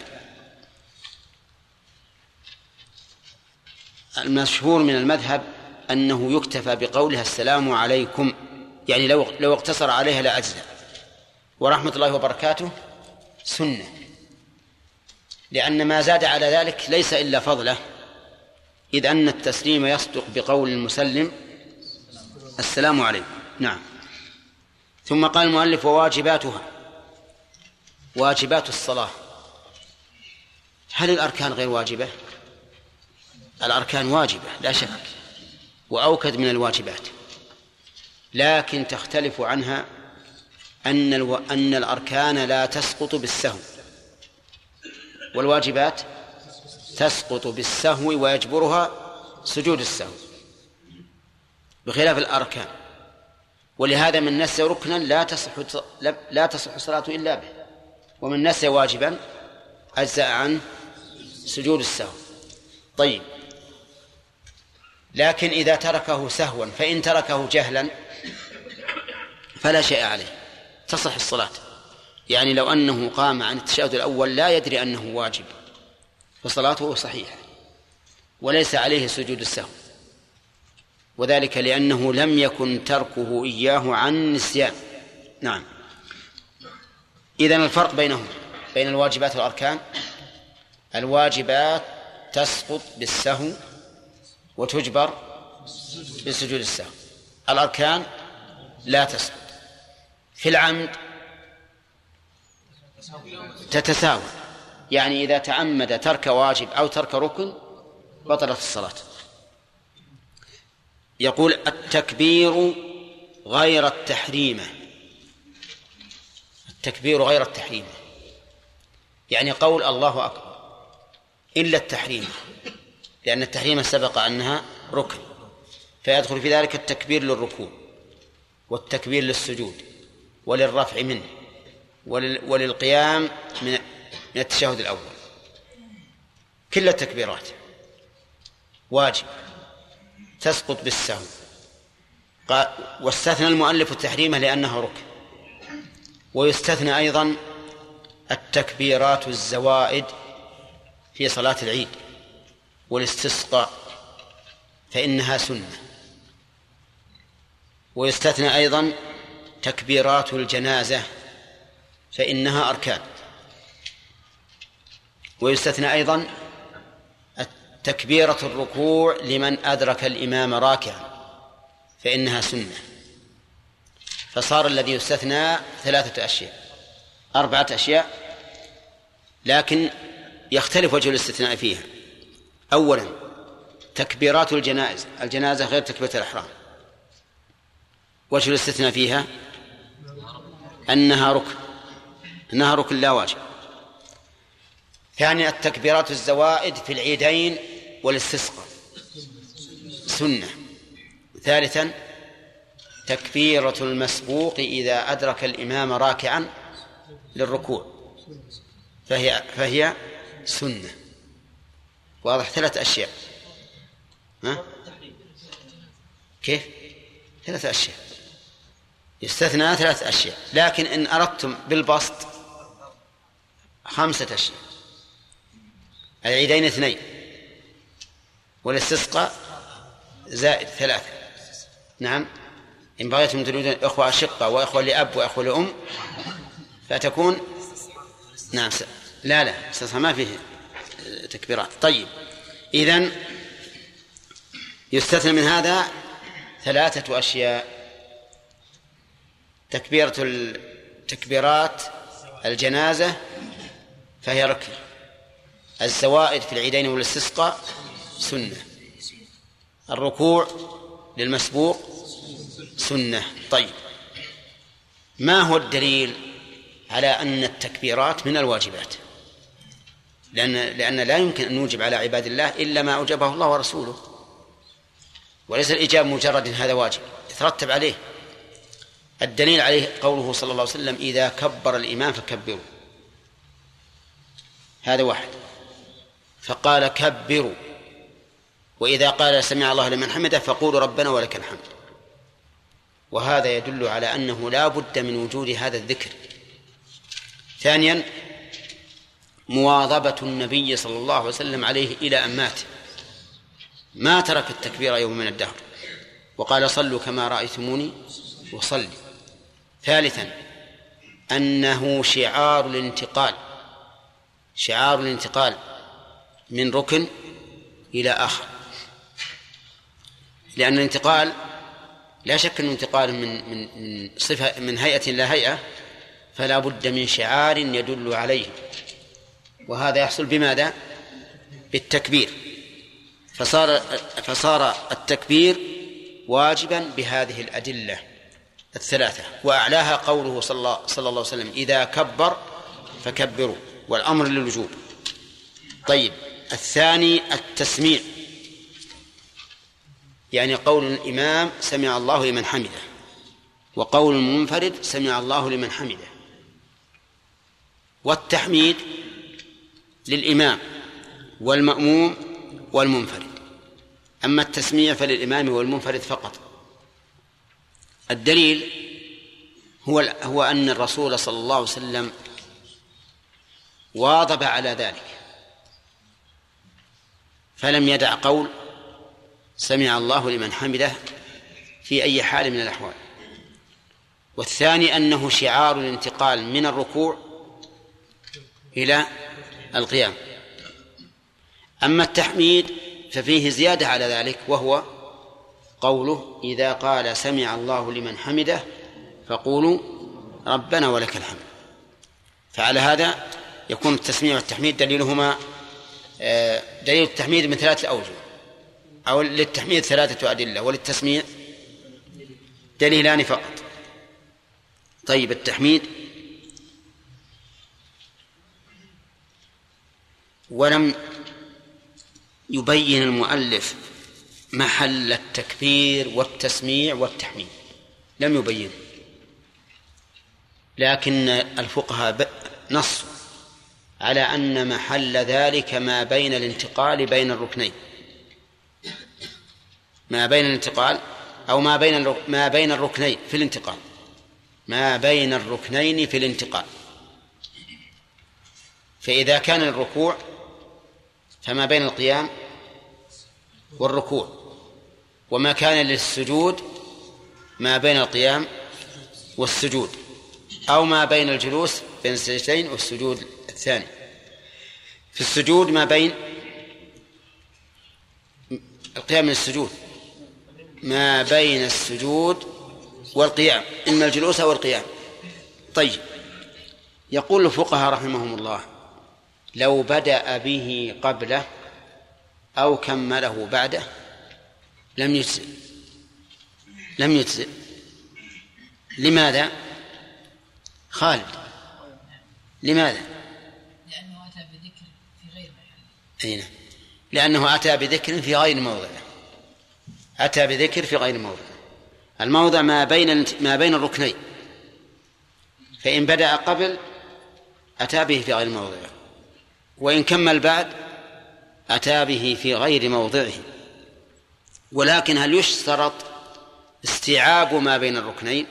المشهور من المذهب أنه يكتفى بقولها السلام عليكم، يعني لو لو اقتصر عليها لا أجزأ. ورحمة الله وبركاته سنة، لأن ما زاد على ذلك ليس إلا فضله، إذ أن التسليم يصدق بقول المسلم السلام عليكم. نعم. ثم قال المؤلف وواجباتها، واجبات الصلاة. هل الأركان غير واجبة؟ الأركان واجبة لا شك، وأوكد من الواجبات، لكن تختلف عنها أن الو... أن الأركان لا تسقط بالسهو، والواجبات تسقط بالسهو ويجبرها سجود السهو، بخلاف الأركان. ولهذا من نسي ركنا لا تصح لا تصح الصلاة إلا به، ومن نسي واجبا أجزأ عنه سجود السهو. طيب لكن إذا تركه سهوا، فإن تركه جهلا فلا شيء عليه، تصح الصلاة. يعني لو أنه قام عن التشهد الأول لا يدري أنه واجب فصلاته صحيحة وليس عليه سجود السهو، وذلك لأنه لم يكن تركه إياه عن نسيان. نعم. إذن الفرق بينهم بين الواجبات والأركان: الواجبات تسقط بالسهو وتجبر بسجود السهو، الأركان لا تسقط. في العمد تتساوى، يعني إذا تعمد ترك واجب أو ترك ركن بطلت الصلاة. يقول التكبير غير التحريمة. التكبير غير التحريمة يعني قول الله أكبر إلا التحريمة، لأن التحريمة سبق أنها ركن، فيدخل في ذلك التكبير للركوع والتكبير للسجود وللرفع منه وللقيام من التشهد الأول. كل التكبيرات واجب تسقط بالسهو. واستثنى المؤلف التحريم لأنه ركن. ويستثنى أيضا التكبيرات الزوائد في صلاة العيد والاستسقاء فإنها سنة. ويستثنى أيضا تكبيرات الجنازة فإنها أركان. ويستثنى أيضا تكبيرة الركوع لمن أدرك الإمام راكعا فإنها سنة. فصار الذي يستثنى ثلاثة أشياء أربعة أشياء، لكن يختلف وجه الاستثناء فيها. أولا تكبيرات الجنائز الجنازة غير تكبيرة الإحرام، وجه الاستثناء فيها أنها ركن أنها ركن لا واجب. ثانيا التكبيرات الزوائد في العيدين والاستسقاء سنة. ثالثا تكبيرة المسبوق إذا أدرك الإمام راكعا للركوع فهي فهي سنة. واضح؟ ثلاث أشياء. ها؟ كيف؟ ثلاث أشياء يستثنى ثلاث أشياء، لكن إن أردتم بالبسط خمسة أشياء. العيدين اثنين والاستسقاء زائد ثلاثة. نعم، إن بغيتم تريدون إخوة أشقة وإخوة لأب وإخوة لأم فتكون نعم س... لا لا استسقاء ما فيه تكبيرات. طيب، إذن يستثنى من هذا ثلاثة أشياء: تكبيرة التكبيرات الجنازة فهي ركن، الزوائد في العيدين والاستسقاء سنة، الركوع للمسبوق سنة. طيب، ما هو الدليل على أن التكبيرات من الواجبات؟ لأن, لأن لا يمكن أن نوجب على عباد الله إلا ما أوجبه الله ورسوله، وليس الإجابة مجرد هذا واجب يترتب عليه. الدليل عليه قوله صلى الله عليه وسلم: إذا كبر الإمام فكبروا. هذا واحد، فقال كبروا. وإذا قال سمع الله لمن حمده فقولوا ربنا ولك الحمد. وهذا يدل على أنه لا بد من وجود هذا الذكر. ثانيا مواظبة النبي صلى الله عليه وسلم عليه إلى أن مات، ما ترك التكبير يوم من الدهر، وقال صلوا كما رأيتموني وصلي. ثالثا أنه شعار الانتقال شعار الانتقال من ركن إلى آخر، لأن الانتقال لا شك أنه انتقال من من من صفة من هيئة إلى هيئة، فلا بد من شعار يدل عليه، وهذا يحصل بماذا؟ بالتكبير. فصار فصار التكبير واجبا بهذه الأدلة الثلاثة، وأعلاها قوله صلى الله, صلى الله عليه وسلم: إذا كبر فكبروا، والأمر للوجوب. طيب، الثاني التسميع، يعني قول الإمام سمع الله لمن حمده، وقول المنفرد سمع الله لمن حمده. والتحميد للإمام والمأموم والمنفرد، أما التسميع فللإمام والمنفرد فقط. الدليل هو هو أن الرسول صلى الله عليه وسلم واظب على ذلك، فلم يدع قول سمع الله لمن حمده في أي حال من الأحوال. والثاني أنه شعار الانتقال من الركوع إلى القيام. أما التحميد ففيه زيادة على ذلك، وهو قوله: إذا قال سمع الله لمن حمده فقولوا ربنا ولك الحمد. فعلى هذا يكون التسميع والتحميد دليلهما دليل التحميد من ثلاثة أوجه، أو للتحميد ثلاثة أدلة وللتسميع دليلان فقط. طيب، التحميد ولم يبين المؤلف محل التكبير والتسميع والتحميد، لم يبين، لكن الفقهاء نصوا على أن محل ذلك ما بين الانتقال بين الركنين، ما بين الانتقال أو ما بين ما بين الركنين في الانتقال، ما بين الركنين في الانتقال. فإذا كان الركوع فما بين القيام والركوع، وما كان للسجود ما بين القيام والسجود، أو ما بين الجلوس بين السجدتين والسجود الثاني. في السجود ما بين القيام من السجود ما بين السجود والقيام، إما الجلوس أو القيام. طيب، يقول الفقهاء رحمهم الله: لو بدأ به قبله أو كمله بعده لم يجزئ، لم يجزئ. لماذا؟ خالد، لماذا؟ لأنه أتى بذكر في غير محله. أين؟ لأنه أتى بذكر في غير موضعه، أتى بذكر في غير موضعه. الموضع ما بين ما بين الركنين، فإن بدأ قبل أتى به في غير موضعه، وإن كمل بعد أتى به في غير موضعه. ولكن هل يشترط استيعاب ما بين الركنين؟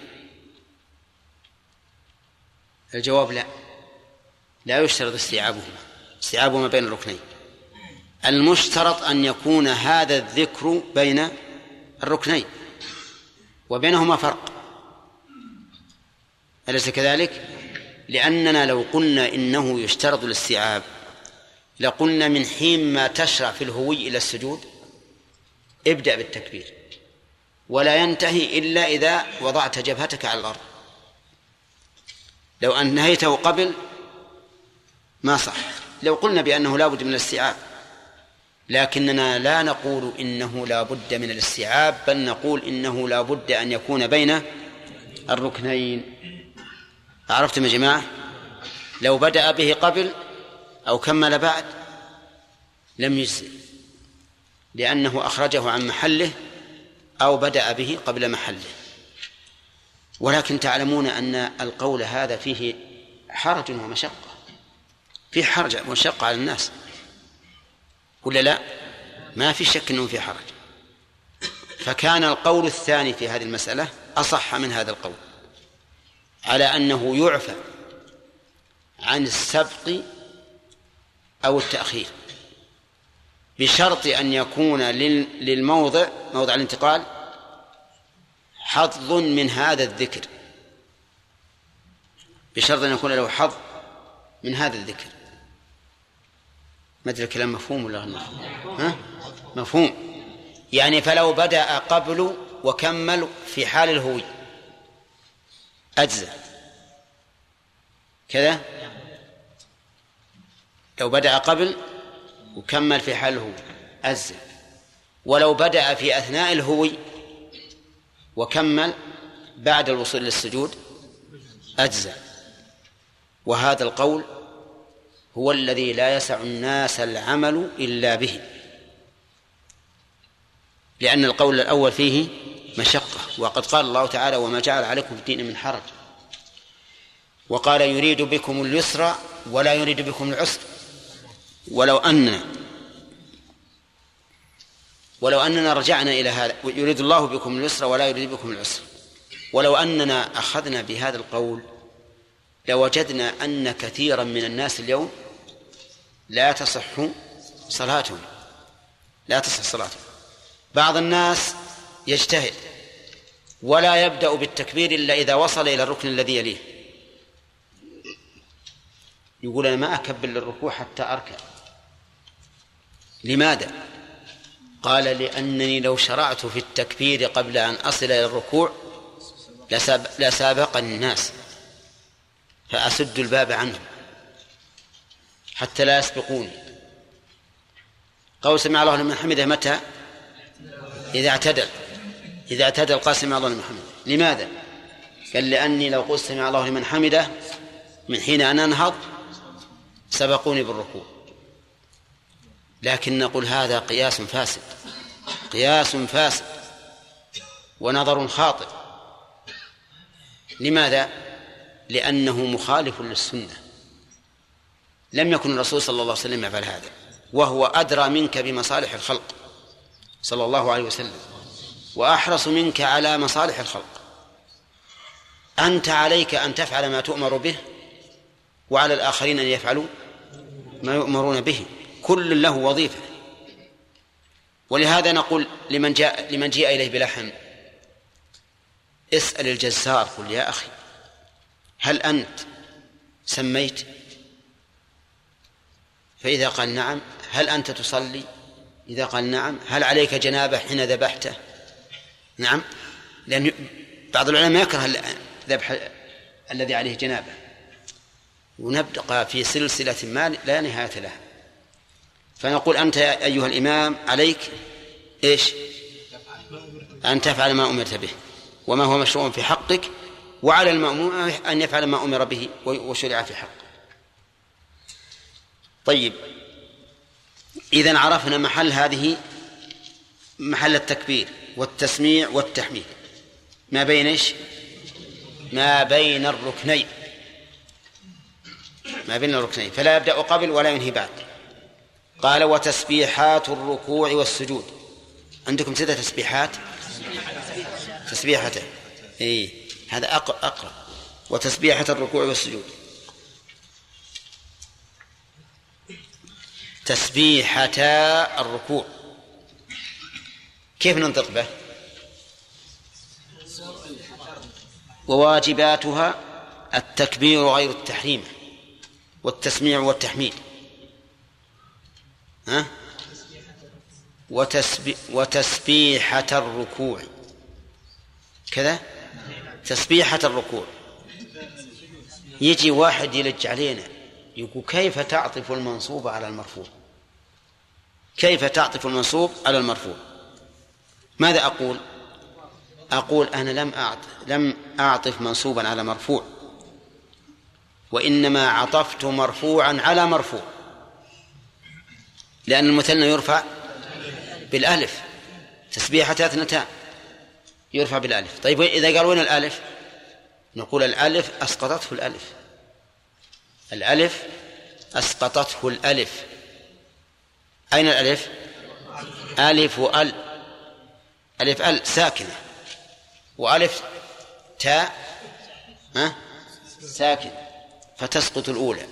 الجواب لا، لا يشترط استيعابهما، استيعاب ما بين الركنين. المشترط أن يكون هذا الذكر بين الركنين، وبينهما فرق، أليس كذلك؟ لأننا لو قلنا إنه يشترط الاستيعاب لقلنا من حين ما تشرع في الهوي إلى السجود ابدأ بالتكبير، ولا ينتهي إلا إذا وضعت جبهتك على الأرض. لو أن نهيته قبل ما صح، لو قلنا بأنه لا بد من الاستيعاب، لكننا لا نقول إنه لا بد من الاستيعاب، بل نقول إنه لا بد أن يكون بين الركنين. عرفتم يا جماعة؟ لو بدأ به قبل أو كمل بعد لم يجزئ، لأنه أخرجه عن محله أو بدأ به قبل محله. ولكن تعلمون أن القول هذا فيه حرج ومشقة، فيه حرج ومشقة على الناس، ولا لا؟ ما في شك أنه فيه حرج. فكان القول الثاني في هذه المسألة أصح من هذا القول، على أنه يعفى عن السبق أو التأخير، بشرط أن يكون للموضع موضع الانتقال حظ من هذا الذكر، بشرط أن يكون له حظ من هذا الذكر. ما أدري الكلام مفهوم ولا غير مفهوم؟ ها؟ مفهوم. يعني فلو بدأ قبل وكمل في حال الهوي أجزاء كذا، لو بدأ قبل وكمل في حال الهوي أجزاء، ولو بدأ في أثناء الهوي وكمل بعد الوصول للسجود أجزاء. وهذا القول هو الذي لا يسع الناس العمل إلا به، لأن القول الأول فيه مشقة، وقد قال الله تعالى: وما جعل عليكم في الدين من حرج، وقال: يريد بكم اليسر ولا يريد بكم العسر. ولو أننا ولو أننا رجعنا إلى هذا، يريد الله بكم اليسر ولا يريد بكم العسر، ولو أننا أخذنا بهذا القول لوجدنا أن كثيرا من الناس اليوم لا تصح صلاتهم، لا تصح صلاتهم. بعض الناس يجتهد ولا يبدأ بالتكبير إلا إذا وصل إلى الركن الذي يليه، يقول: أنا ما أكبر للركوع حتى أركع. لماذا؟ قال: لأنني لو شرعت في التكبير قبل أن أصل إلى الركوع لسابقني الناس فأسد الباب عنهم حتى لا يسبقوني. قول سمع الله لمن حمده متى؟ إذا اعتدل، إذا اعتدل قال سمع الله لمن حمده. لماذا؟ قال: لأني لو قلت سمع الله لمن حمده من حين أن أنهض سبقوني بالركوع. لكن نقول هذا قياس فاسد، قياس فاسد ونظر خاطئ. لماذا؟ لأنه مخالف للسنة. لم يكن الرسول صلى الله عليه وسلم يفعل هذا، وهو أدرى منك بمصالح الخلق صلى الله عليه وسلم. وأحرص منك على مصالح الخلق. أنت عليك أن تفعل ما تؤمر به، وعلى الآخرين أن يفعلوا ما يؤمرون به، كل له وظيفة. ولهذا نقول لمن جاء لمن جاء إليه بلحم اسأل الجزار، قل يا أخي هل أنت سميت؟ فإذا قال نعم هل أنت تصلي؟ إذا قال نعم هل عليك جنابة حين ذبحته؟ نعم، لأن بعض العلماء يكره ذبح الذي عليه جنابة. ونبقى في سلسلة ما لا نهاية لها. فنقول أنت أيها الإمام عليك إيش؟ أن تفعل ما أمرت به وما هو مشروع في حقك، وعلى المأموم أن يفعل ما أمر به وشرع في حقه. طيب، إذن عرفنا محل هذه محل التكبير والتسميع والتحميد ما بين إيش؟ ما بين الركنين، ما بين الركنين، فلا يبدأ قبل ولا ينهي بعد. قال وتسبيحات الركوع والسجود. عندكم ستة تسبيحات، تسبيحته إيه هذا أقرأ. وتسبيحة الركوع والسجود. تسبيحتا الركوع كيف ننطق به؟ وواجباتها التكبير غير التحريم والتسميع والتحميد. ها؟ وتسبي وتسبيحة الركوع كذا، تسبيحة الركوع. يجي واحد يلج علينا يقول كيف تعطف المنصوب على المرفوع؟ كيف تعطف المنصوب على المرفوع؟ ماذا أقول؟ أقول أنا لم أعطف لم أعطف منصوبا على مرفوع، وإنما عطفت مرفوعا على مرفوع، لأن المثنى يرفع بالألف، تسبيحتها اثنتان يرفع بالألف. طيب إذا قال وين الألف؟ نقول الألف أسقطته الألف، الألف أسقطته الألف. أين الألف؟ ألف وأل، ألف أل ساكنة، وألف تاء ها ساكن، فتسقط الأولى.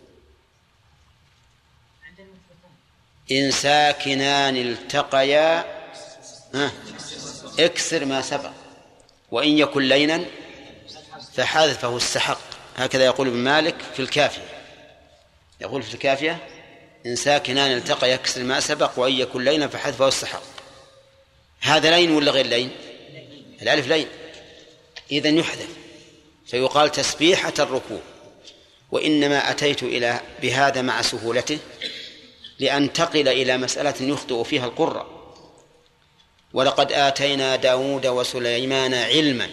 إن ساكنان التقيا ها اكسر ما سبق، وإن يكن لينا فحذفه السحق. هكذا يقول ابن مالك في الكافية، يقول في الكافية إن ساكنان التقى يكسر ما سبق وإن يكن لينا فحذفه السحق. هذا لين ولا غير لين؟ الألف لين، إذن يحذف، فيقال تسبيحة الركوع. وإنما أتيت إلى بهذا مع سهولته لأنتقل إلى مسألة يخطئ فيها القراء. ولقد آتينا داود وسليمان علما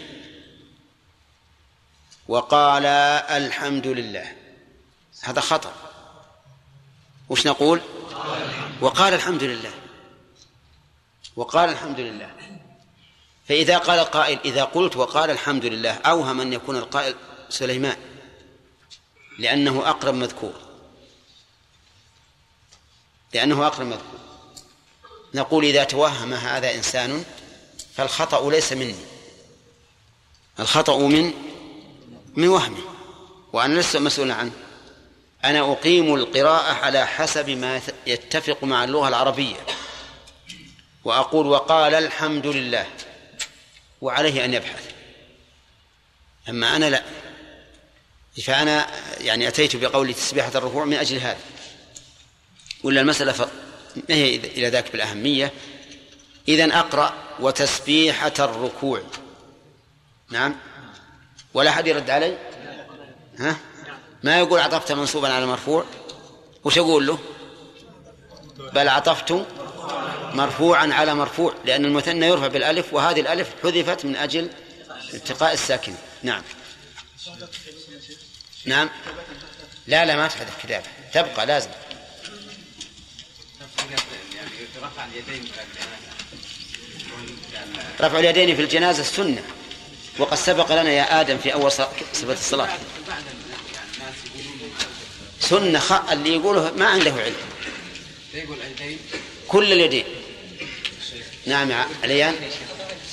وقال الحمد لله، هذا خطأ. وش نقول؟ وقال الحمد لله، وقال الحمد لله. فإذا قال القائل إذا قلت وقال الحمد لله أوهم أن يكون القائل سليمان، لأنه أقرب مذكور، لأنه أقرب مذكور. نقول إذا توهم هذا إنسان فالخطأ ليس مني، الخطأ من من وهمه، وأنا لست مسؤولا عنه. أنا أقيم القراءة على حسب ما يتفق مع اللغة العربية، وأقول وقال الحمد لله، وعليه أن يبحث. أما أنا لا، فأنا يعني أتيت بقول تسبيحة الركوع من أجل هذا، ولا المسألة ف... ما هي إلى ذاك بالأهمية. إذن أقرأ وتسبيحة الركوع. نعم، ولا أحد يرد علي؟ ها؟ ما يقول عطفت منصوبا على مرفوع، وش أقول له؟ بل عطفت مرفوعا على مرفوع، لأن المثنى يرفع بالألف، وهذه الألف حذفت من أجل التقاء الساكن. نعم نعم لا لا ما تحذف كتابة، تبقى لازم. رفع اليدين في الجنازة السنة، وقد سبق لنا يا آدم في أول صفة الصلاة سنة خ... اللي يقوله ما عنده علم، كل اليدين. نعم يا عليان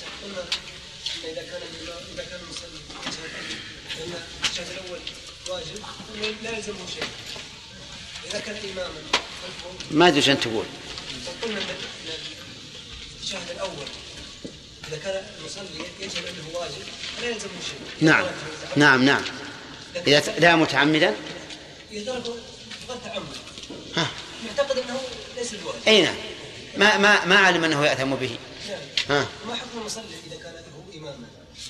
التشهد الأول واجب لا يلزمه شيء. إذا كان إماما ما أدري شو أنت تقول. قلنا التشهد الأول إذا كان المصلي يجب أنه واجب لا يلزمه شيء. نعم نعم نعم. إذا لا متعمدا إذا تركه غير تعمد يعتقد أنه ليس بواجب. أي نعم. ما ما ما علم أنه يأثم به. ها. ما حكم المصلي إذا كان هو إماما؟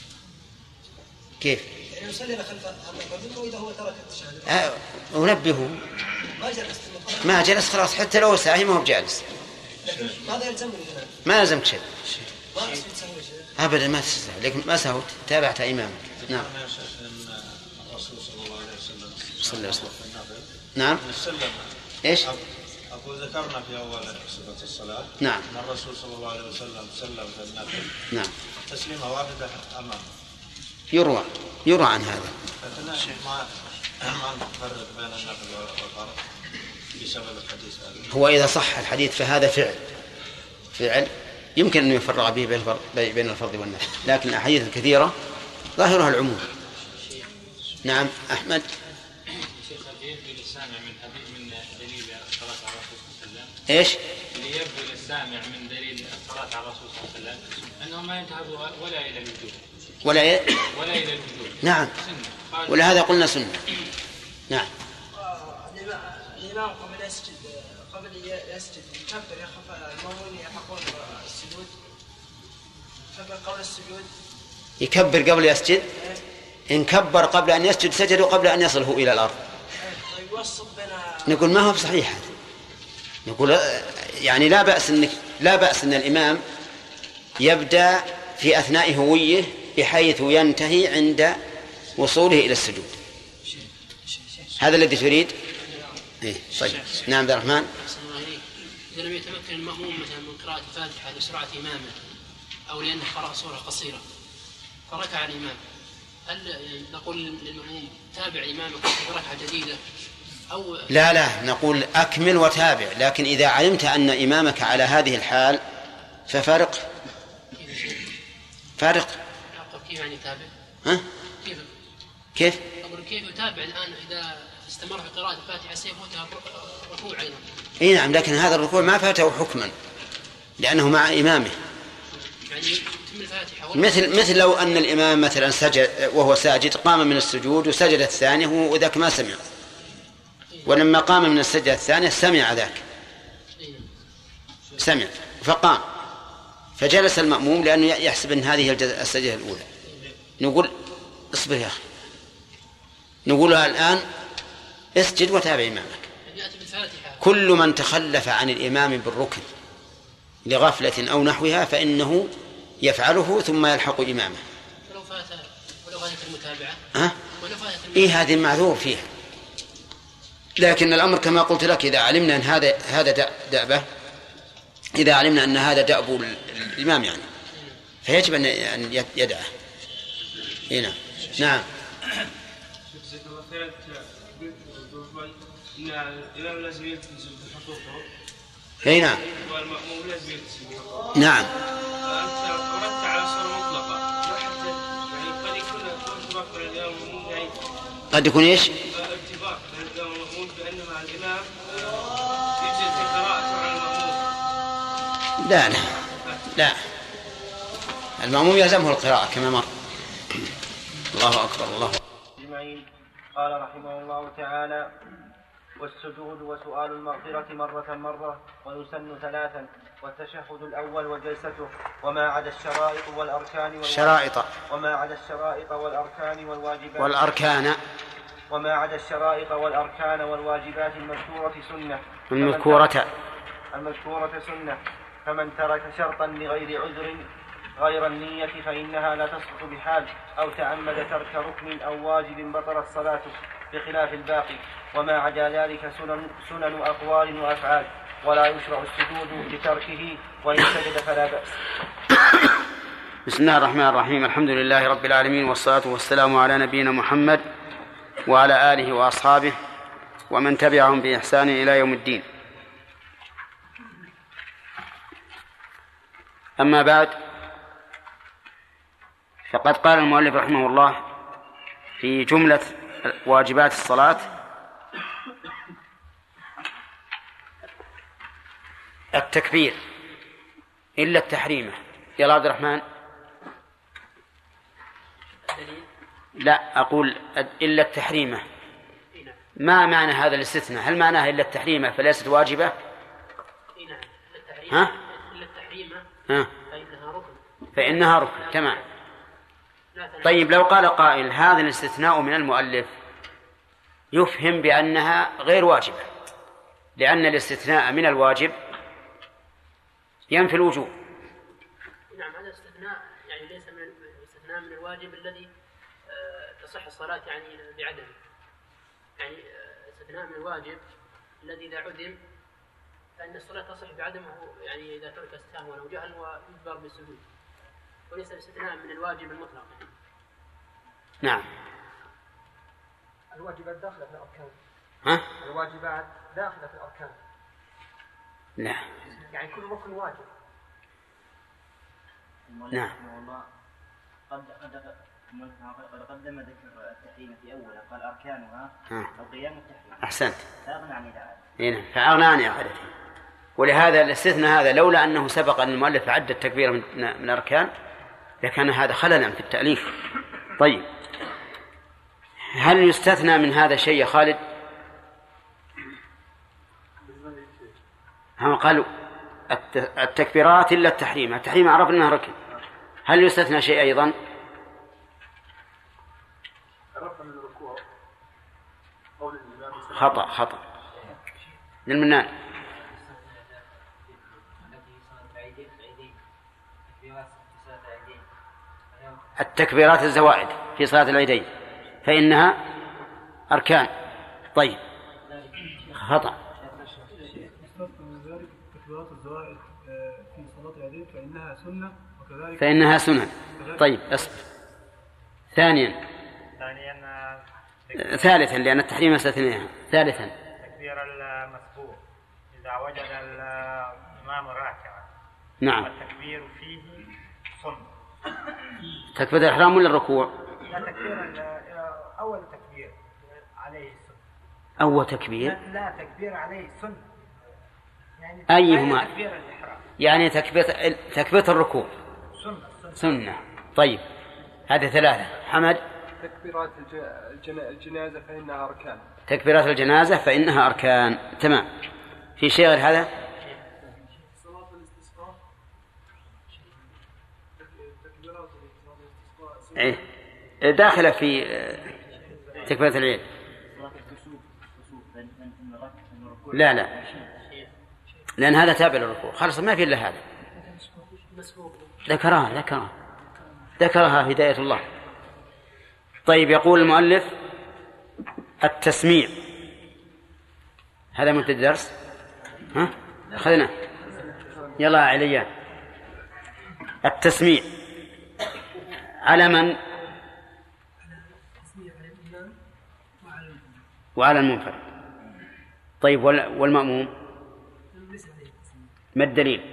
كيف؟ يعني يصلي خلف الرجل وإذا هو ترك التشهد. آه أنبهه. ما جلس. ما جلس خلاص حتى لو ساهي ما هو بجالس. لكن ماذا يلزمني هنا؟ ما لازمك شيء. ما أقصد تسوي شيء. أبدا ما تسوي، لكن ما سهوت تابعت إمامك. نعم. الرسول صلى الله عليه وسلم صلى الله عليه وسلم. نعم. إيش؟ أقول ذكرنا في أول صفة الصلاة. نعم. أن الرسول صلى الله عليه وسلم سلم في النفل. نعم. تسليمة واحدة أمامه. يروى يروى عن هذا. لكن ما ما نفرق بين النفل والفرض بسبب الحديث هذا. هو إذا صح الحديث فهذا فعل فعل يمكن أن يفرق به بين الفرض بين الفرض والنفل، لكن الأحاديث الكثيرة ظاهرها العموم. نعم أحمد. ايش؟ اللي يبدو للسامع من دليل الصلاة على الرسول صلى الله عليه وسلم انه ما ينتهب ولا الى الوجوب. ولا ي... ولا الى الوجوب. نعم. ولهذا قلنا سنة. نعم. الإمام قبل يسجد قبل يسجد يكبر يخاف المأمومون يحقون السجود. يكبر قبل السجود. يكبر قبل يسجد. إن كبر قبل أن يسجد سجد قبل أن يصله إلى الأرض. يوصف بين. نقول ما هو بصحيح هذا. نقول يعني لا بأس إن لا بأس إن الإمام يبدأ في أثناء هويه بحيث ينتهي عند وصوله إلى السجود. هذا الذي تريد؟ إيه طيب. نعم عبد الرحمن. إذا لم يتمكن المأموم مثلا من قراءة الفاتحة لسرعة إمامه أو لأنه قرأ سورة قصيرة فركع الإمام، هل نقول للمأموم تابع إمامك في ركعة جديدة أو لا لا نقول أكمل وتابع، لكن إذا علمت أن إمامك على هذه الحال ففارق فارق. كيف يعني تابع؟ ها؟ كيف؟ كيف؟ أقول كيف يتابع الآن إذا استمر في قراءة الفاتحة سيفوتها ركوع أيضا. إيه نعم، لكن هذا الركوع ما فاته حكما لأنه مع إمامه. يعني يتم الفاتحة مثل مثل لو أن الإمام مثلا سجد وهو ساجد قام من السجود وسجد الثانية وذاك ما سمع، ولما قام من السجدة الثانية سمع ذاك سمع فقام فجلس المأموم لأنه يحسب أن هذه السجدة الأولى. نقول اصبر يا أخي، نقولها الآن اسجد وتابع إمامك. كل من تخلف عن الإمام بالركن لغفلة أو نحوها فإنه يفعله ثم يلحق إمامه. ولو فات ولو فاتت المتابعة ها؟ إيه هذه المعذور فيها، لكن الأمر كما قلت لك إذا علمنا أن هذا هذا دأبه، إذا علمنا أن هذا دأب الإمام يعني فيجب أن يدعه. هنا نعم. الإمام لازم يلتزم بحقوقه. أي نعم. والمأموم لازم يلتزم بحقوقه. نعم. أنت أردت على صورة مطلقة، ما حتى يعني قد يكون ارتباط بين الإمام والمأموم يعني. قد يكون إيش؟ ارتباط بين الإمام والمأموم بأن مع الإمام يجوز القراءة على المأموم. لا لا لا، المأموم يلزمه القراءة كما مر. الله أكبر. الله. قال رحمه الله تعالى: والسجود وسؤال المغفرة مرة مرة ويسن ثلاثا، والتشهد الأول وجلسته وما عدا الشرائط والأركان الشرائط وما عدا الشرائط والأركان والواجبات والأركان وما عدا الشرائط والأركان والواجبات المذكورة سنة المذكورة المذكورة سنة فمن ترك شرطا لغير عذر غير النية فإنها لا تسقط بحال، أو تعمد ترك ركن أو واجب بطلت صلاته بخلاف الباقي، وما عدا ذلك سنن, سنن أقوال وأفعال، ولا يشرع السجود لتركه وإن سجد فلا بأس. بسم الله الرحمن الرحيم. الحمد لله رب العالمين، والصلاة والسلام على نبينا محمد وعلى آله وأصحابه ومن تبعهم بإحسان إلى يوم الدين. أما بعد، فقد قال المؤلف رحمه الله في جملة واجبات الصلاة التكبير إلا التحريمة. يا عبد الرحمن. لا، أقول إلا التحريمة. ما معنى هذا الاستثناء؟ هل معناها إلا التحريمة فليست واجبة؟ ها؟ إلا التحريمة ها؟ فإنها ركن. فإنها ركن. تمام. طيب لو قال قائل هذا الاستثناء من المؤلف يفهم بأنها غير واجبة، لأن الاستثناء من الواجب ينفي الوجوب. نعم، هذا استثناء يعني ليس من الاستثناء من الواجب الذي تصح الصلاة يعني بعدمه، يعني استثناء من الواجب الذي إذا عدم فإن الصلاة تصح بعدمه، يعني إذا ترك استهوا أو جهل ويجبر بالسجود، وليس الاستثناء من الواجب المطلق. نعم. الواجبات داخلة في الأركان. ها؟ الواجبات داخلة في الأركان. لا. يعني كل ركن واجب. نعم. قد قد قد قدم ذكر التحريم في أوله، قال أركانها القيام والتحريم. أحسنت. فأغنى عن إعادته. هنا فأغنى عن إعادته. ولهذا الاستثناء هذا لولا أنه سبق أن المؤلف عد التكبير من من الأركان لكان هذا خللا في التأليف. طيب، هل يستثنى من هذا شيء يا خالد؟ هم قالوا التكبيرات إلا التحريم. التحريم عرفنا أنها ركن. هل يستثنى شيء أيضا؟ خطأ خطأ للمنان. التكبيرات الزوائد في صلاة العيدين فإنها أركان. طيب، خطأ. تكبيرات الزوائد في صلاة العيدين فإنها سنة وكذلك فإنها سنة. طيب، أصبر. ثانيا ثانيا ثالثا لأن التحريم استثنيها. ثالثا تكبير المسبوق إذا وجد الإمام راكعا. نعم. والتكبير فيه سنة. تكبير الإحرام ولا الركوع؟ لا، تكبير أول تكبير عليه سنة. أول تكبير؟ لا, لا تكبير عليه سنة. يعني أيهما؟ تكبير الإحرام. يعني تكبير تكبير الركوع سنة. سنة. سنة. طيب، هذه ثلاثة. حمد. تكبيرات الجنازة فإنها أركان. تكبيرات الجنازة فإنها أركان. تمام. في شيء غير هذا؟ صلاة الاستسقاء تكبيرات الاستسقاء إيه داخلة في تكبيرة العيد. لا لا، لأن هذا تابع للركوع. خلاص ما في إلا هذا. ذكرها ذكرها ذكرها هداية الله. طيب، يقول المؤلف التسميع. هذا مدة الدرس. ها أخذنا. يلا عليا. التسميع على من؟ وعلى المنفرد. طيب، والمأموم ما الدليل؟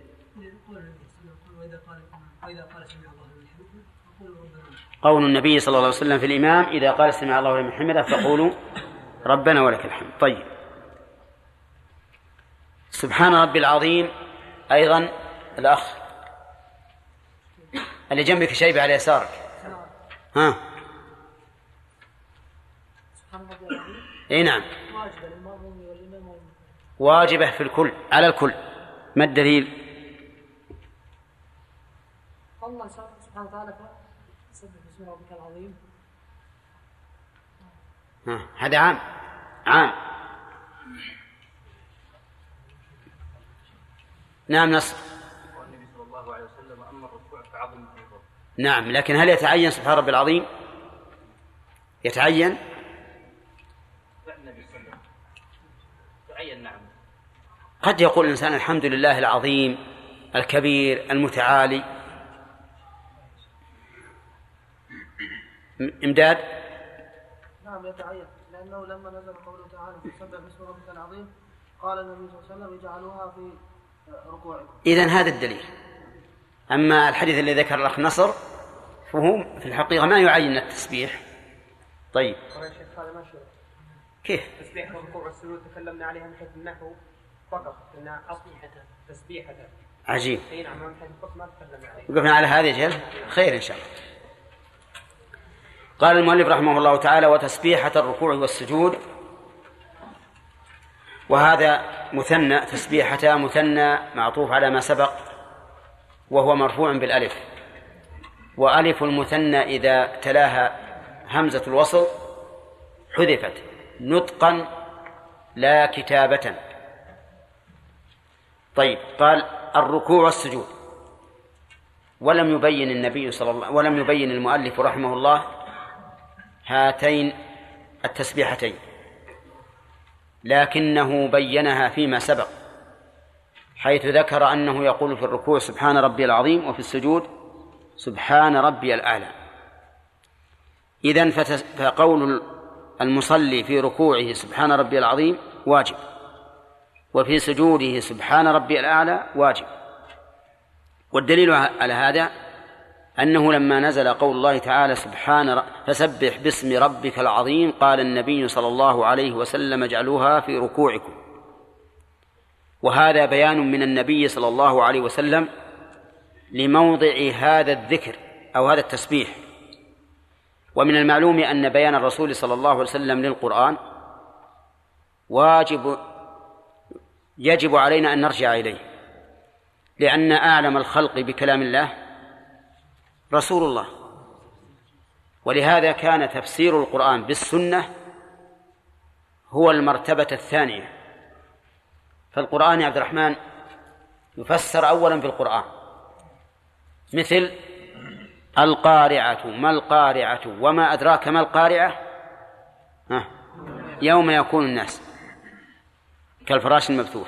قول النبي صلى الله عليه وسلم في الإمام إذا قال سمع الله لمن حمده فقولوا ربنا ولك الحمد. طيب، سبحان ربي العظيم أيضا. الأخ اللي جنبك شيبة على يسارك. ها اي نعم، واجبة في الكل على الكل. ما الدليل؟ الله سبحانه وتعالى سبح باسم ربك العظيم. ها هذا عام عام. نعم نصر. والنبي صلى الله عليه وسلم أما الركوع فعظم الركوع. نعم، لكن هل يتعين سبحان ربي العظيم؟ يتعين؟ تعين. نعم. قد يقول الإنسان الحمد لله العظيم الكبير المتعالي. إمداد. نعم يتعين، لأنه لما نزل قوله تعالى فسبح باسم ربك العظيم قال النبي صلى الله عليه وسلم اجعلوها في ركوعكم. إذن هذا الدليل. أما الحديث الذي ذكر الأخ نصر فهو في الحقيقة ما يعين التسبيح، طيب يا شيخ هذا ما شرط. كيف؟ تسبيح الركوع والسجود تكلمنا عليها من حيث النحو فقط، انها اصبحت تسبيحة. عجيب. اي نعم من حيث الفقه ما تكلمنا عليها. وقفنا على هذه جل خير إن شاء الله. قال المؤلف رحمه الله تعالى: وتسبيحة الركوع والسجود. وهذا مثنى، تسبيحة مثنى معطوف على ما سبق، وهو مرفوع بالألف، وألف المثنى إذا تلاها همزة الوصل حذفت نطقا لا كتابة. طيب، قال الركوع والسجود، ولم يبين النبي صلى الله ولم يبين المؤلف رحمه الله هاتين التسبيحتين، لكنه بينها فيما سبق، حيث ذكر أنه يقول في الركوع سبحان ربي العظيم، وفي السجود سبحان ربي الأعلى. إذن فقول المصلي في ركوعه سبحان ربي العظيم واجب، وفي سجوده سبحان ربي الأعلى واجب. والدليل على هذا أنه لما نزل قول الله تعالى سبحان فسبح باسم ربك العظيم، قال النبي صلى الله عليه وسلم: اجعلوها في ركوعكم. وهذا بيان من النبي صلى الله عليه وسلم لموضع هذا الذكر أو هذا التسبيح. ومن المعلوم أن بيان الرسول صلى الله عليه وسلم للقرآن واجب يجب علينا أن نرجع إليه، لأن أعلم الخلق بكلام الله رسول الله، ولهذا كان تفسير القرآن بالسنة هو المرتبة الثانية. فالقرآن يا عبد الرحمن يفسر أولا بالقرآن، مثل القارعة، ما القارعة وما أدراك ما القارعة، ها يوم يكون الناس كالفراش المبثوث.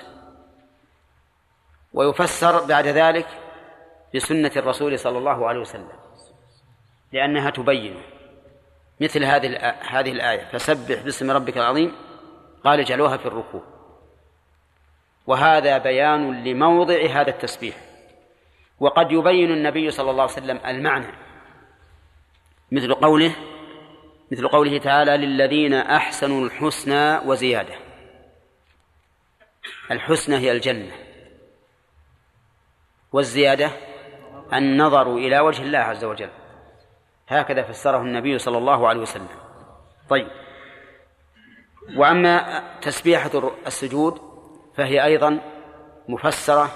ويفسر بعد ذلك بسنة الرسول صلى الله عليه وسلم، لأنها تبين مثل هذه هذه الآية: فسبح باسم ربك العظيم، قال اجعلوها في الركوع. وهذا بيان لموضع هذا التسبيح. وقد يبين النبي صلى الله عليه وسلم المعنى، مثل قوله مثل قوله تعالى: للذين أحسنوا الحسنى وزيادة. الحسنى هي الجنة، والزيادة النظر إلى وجه الله عز وجل. هكذا فسره النبي صلى الله عليه وسلم. طيب، وأما تسبيحة السجود فهي أيضا مفسرة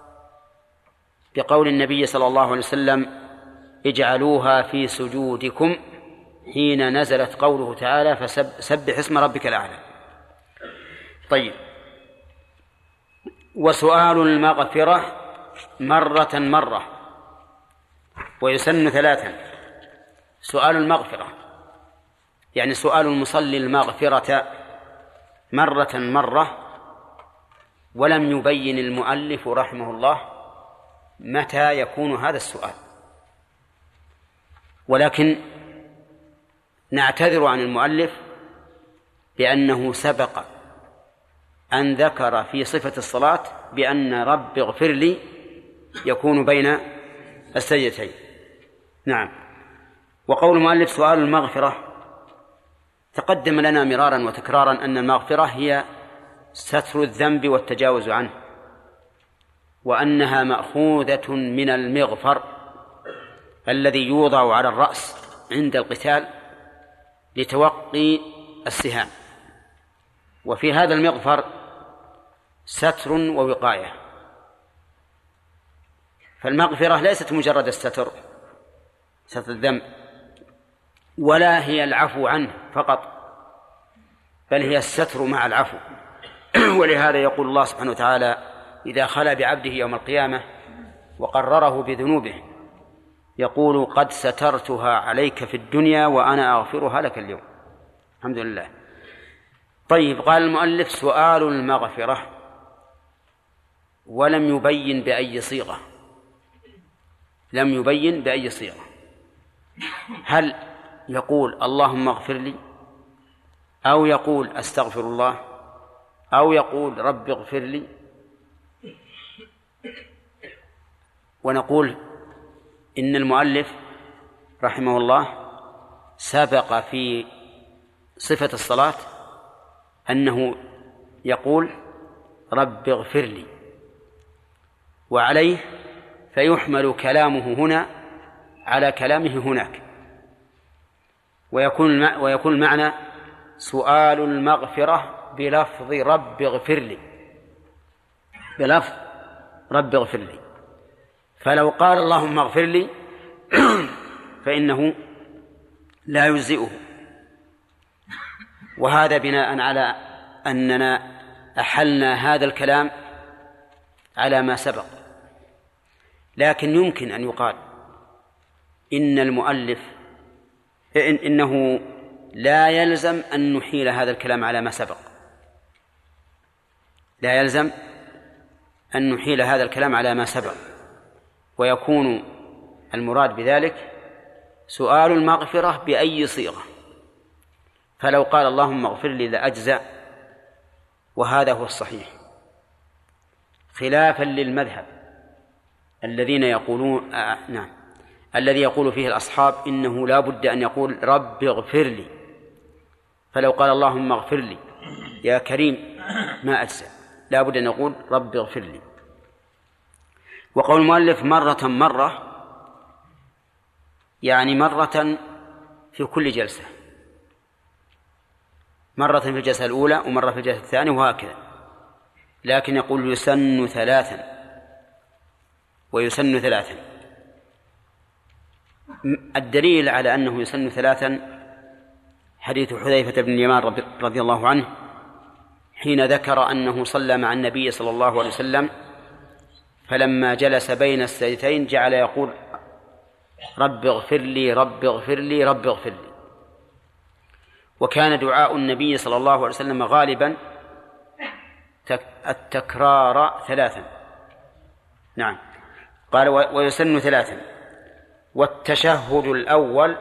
بقول النبي صلى الله عليه وسلم: اجعلوها في سجودكم، حين نزلت قوله تعالى: فسبح اسم ربك الأعلى. طيب، وسؤال المغفرة مرة مرة، ويسن ثلاثا. سؤال المغفرة يعني سؤال المصلي المغفرة مرة مرة، ولم يبين المؤلف رحمه الله متى يكون هذا السؤال، ولكن نعتذر عن المؤلف بأنه سبق أن ذكر في صفة الصلاة بأن رب اغفر لي يكون بين السجدتين. نعم. وقول المؤلف سؤال المغفرة، تقدم لنا مرارا وتكرارا أن المغفرة هي ستر الذنب والتجاوز عنه، وأنها مأخوذة من المغفر الذي يوضع على الرأس عند القتال لتوقي السهام. وفي هذا المغفر ستر ووقاية. فالمغفرة ليست مجرد الستر ستر الذنب، ولا هي العفو عنه فقط، بل هي الستر مع العفو. ولهذا يقول الله سبحانه وتعالى إذا خلا بعبده يوم القيامة وقرره بذنوبه يقول: قد سترتها عليك في الدنيا وأنا أغفرها لك اليوم. الحمد لله. طيب، قال المؤلف سؤال المغفرة، ولم يبين بأي صيغة لم يبين بأي صيغة هل يقول اللهم اغفر لي، أو يقول أستغفر الله، أو يقول رب اغفر لي؟ ونقول إن المؤلف رحمه الله سبق في صفة الصلاة أنه يقول رب اغفر لي، وعليه فيحمل كلامه هنا على كلامه هناك، ويكون ويكون المعنى سؤال المغفرة بلفظ رب اغفر لي، بلفظ رب اغفر لي. فلو قال اللهم اغفر لي فإنه لا يجزئه، وهذا بناء على أننا أحلنا هذا الكلام على ما سبق. لكن يمكن أن يقال إن المؤلف إن إنه لا يلزم أن نحيل هذا الكلام على ما سبق، لا يلزم أن نحيل هذا الكلام على ما سبق، ويكون المراد بذلك سؤال المغفرة بأي صيغة. فلو قال اللهم اغفر لي لأجزأ، وهذا هو الصحيح، خلافا للمذهب الذين يقولون آه نعم الذي يقول فيه الأصحاب إنه لا بد أن يقول رب اغفر لي. فلو قال اللهم اغفر لي يا كريم ما أجزأ، لا بد أن يقول رب اغفر لي. وقول المؤلف مرة مرة يعني مرة في كل جلسة، مرة في الجلسة الأولى ومرة في الجلسة الثانية وهكذا. لكن يقول يسن ثلاثا ويسن ثلاثا. الدليل على أنه يسن ثلاثا حديث حذيفة بن اليمان رضي الله عنه حين ذكر أنه صلى مع النبي صلى الله عليه وسلم، فلما جلس بين السجدتين جعل يقول رب اغفر لي رب اغفر لي رب اغفر لي. وكان دعاء النبي صلى الله عليه وسلم غالبا التكرار ثلاثا. نعم قال ويسن ثلاثا. والتشهد الأول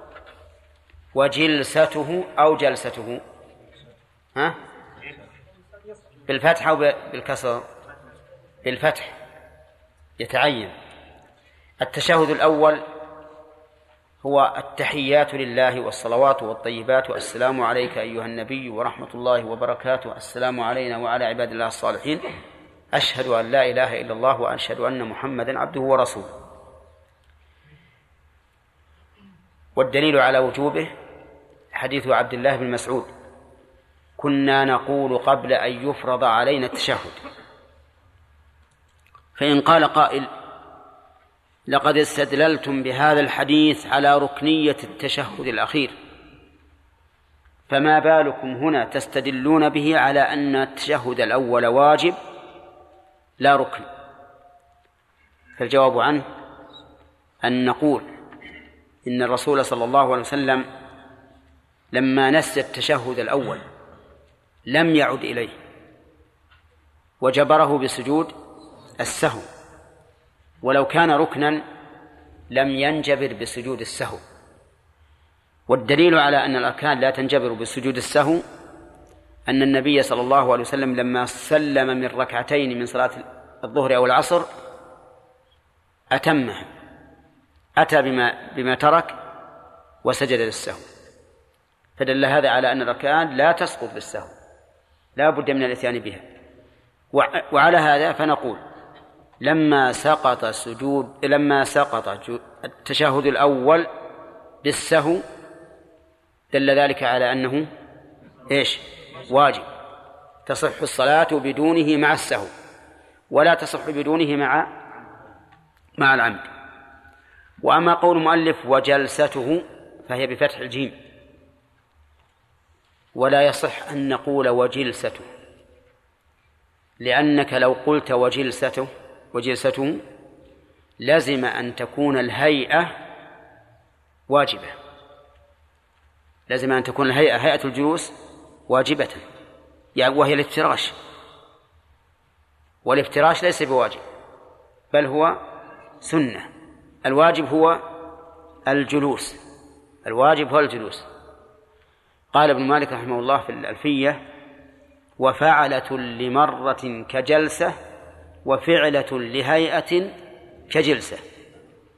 وجلسته أو جلسته، ها بالفتح أو بالكسر؟ بالفتح يتعين. التشهد الأول هو التحيات لله والصلوات والطيبات، والسلام عليك أيها النبي ورحمة الله وبركاته، السلام علينا وعلى عباد الله الصالحين، أشهد أن لا إله إلا الله وأشهد أن محمدا عبده ورسوله. والدليل على وجوبه حديث عبد الله بن مسعود كنا نقول قبل أن يفرض علينا التشهد. فإن قال قائل لقد استدللتم بهذا الحديث على ركنية التشهد الأخير، فما بالكم هنا تستدلون به على أن التشهد الأول واجب لا ركن؟ فالجواب عنه أن نقول إن الرسول صلى الله عليه وسلم لما نسي التشهد الأول لم يعد إليه وجبره بسجود السهو، ولو كان ركنا لم ينجبر بسجود السهو. والدليل على أن الأركان لا تنجبر بسجود السهو أن النبي صلى الله عليه وسلم لما سلم من ركعتين من صلاة الظهر أو العصر أتمه، أتى بما, بما ترك وسجد للسهو، فدل هذا على أن الأركان لا تسقط بالسهو، لا بد من الإتيان بها. وعلى هذا فنقول لما سقط سجود لما سقط التشهد الأول بالسهو دل ذلك على أنه إيش؟ واجب، تصح الصلاة بدونه مع السهو، ولا تصح بدونه مع مع العمد. وأما قول المؤلف وجلسته فهي بفتح الجيم، ولا يصح أن نقول وجلسته، لأنك لو قلت وجلسته وجلسته لازم أن تكون الهيئة واجبة، لازم أن تكون الهيئة هيئة الجلوس واجبة، يعني وهي الافتراش، والافتراش ليس بواجب بل هو سنة. الواجب هو الجلوس، الواجب هو الجلوس. قال ابن مالك رحمه الله في الألفية وفعلة لمرة كجلسة وفعلة لهيئة كجلسة.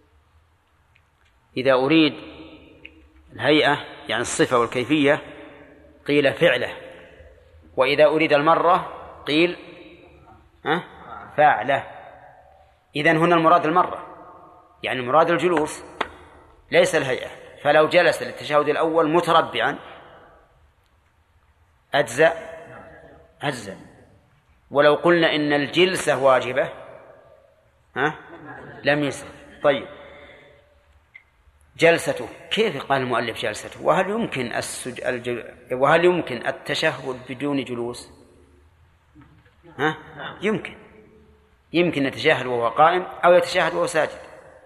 إذا أريد الهيئة يعني الصفة والكيفية قيل فعله، وإذا أريد المرة قيل أه؟ فعله. إذن هنا المراد المرة، يعني المراد الجلوس ليس الهيئة. فلو جلس للتشهد الأول متربعا أجزأ أجزأ. ولو قلنا إن الجلسة واجبة ها لم يسر. طيب جلسته، كيف قال المؤلف جلسته؟ وهل يمكن السج... الج... وهل يمكن التشهد بدون جلوس؟ ها يمكن يمكن يتشهد وهو قائم أو يتشهد وهو ساجد،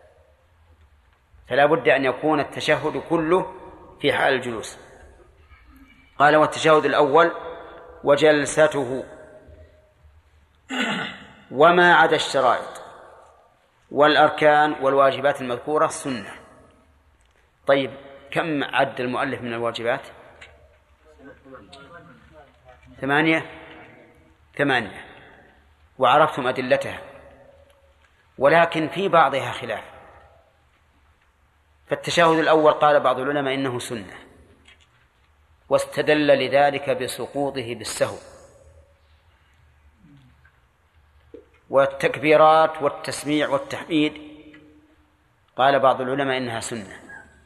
فلا بد أن يكون التشهد كله في حال الجلوس. قال والتشهد الأول وجلسته وما عدا الشرائط والأركان والواجبات المذكورة سنة. طيب كم عد المؤلف من الواجبات؟ ثمانية ثمانية وعرفتم أدلتها، ولكن في بعضها خلاف. فالتشهد الأول قال بعض العلماء إنه سنة، واستدل لذلك بسقوطه بالسهو. والتكبيرات والتسميع والتحميد قال بعض العلماء إنها سنة،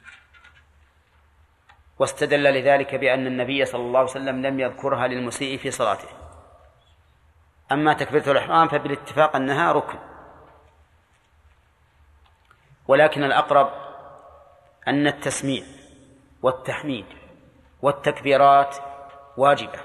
واستدل لذلك بأن النبي صلى الله عليه وسلم لم يذكرها للمسيء في صلاته. أما تكبيرة الإحرام فبالاتفاق أنها ركن، ولكن الأقرب أن التسميع والتحميد والتكبيرات واجبة،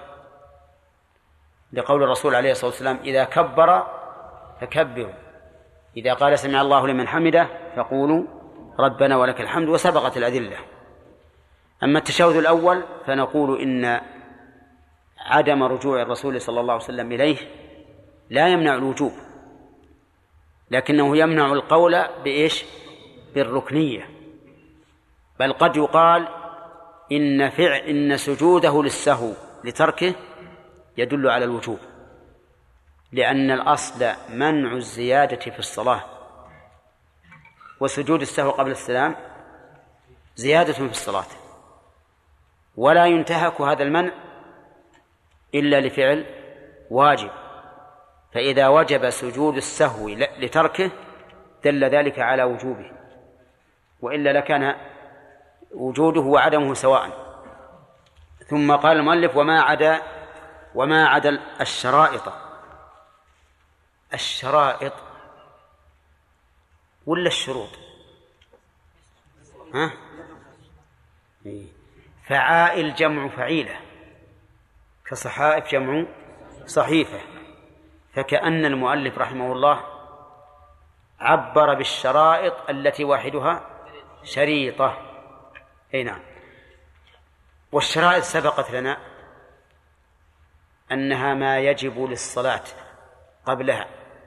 لقول الرسول عليه الصلاة والسلام إذا كبر فكبروا، إذا قال سمع الله لمن حمده فقولوا ربنا ولك الحمد، وسبقت الأدلة. أما التشهد الأول فنقول إن عدم رجوع الرسول صلى الله عليه وسلم إليه لا يمنع الوجوب، لكنه يمنع القول بإيش؟ بالركنية. بل قد يقال إن فعل إن سجوده للسهو لتركه يدل على الوجوب، لأن الأصل منع الزيادة في الصلاة، وسجود السهو قبل السلام زيادة في الصلاة، ولا ينتهك هذا المنع إلا لفعل واجب. فإذا وجب سجود السهو لتركه دل ذلك على وجوبه، وإلا لكان وجوده وعدمه سواء. ثم قال المؤلف وما عدا وما عدا الشرائط. الشرائط ولا الشروط؟ ها؟ فعائل جمع فعيلة، كصحائف جمع صحيفة، فكأن المؤلف رحمه الله عبر بالشرائط التي واحدها شريطة. أي نعم. والشرائط سبقت لنا أنها ما يجب للصلاة قبلها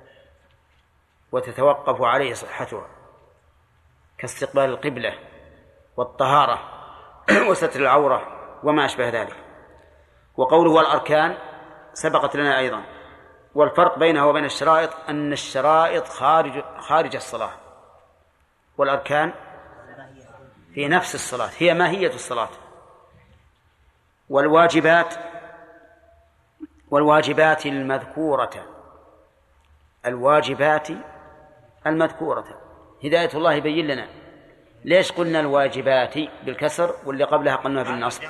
وتتوقف عليه صحتها، كاستقبال القبلة والطهارة وستر العورة وما أشبه ذلك. وقوله والأركان سبقت لنا أيضا. والفرق بينها وبين الشرائط أن الشرائط خارج خارج الصلاة، والأركان في نفس الصلاة، هي ماهية الصلاة. والواجبات والواجبات المذكورة الواجبات المذكورة هداية الله يبين لنا ليش قلنا الواجبات بالكسر واللي قبلها قلنا بالنصب.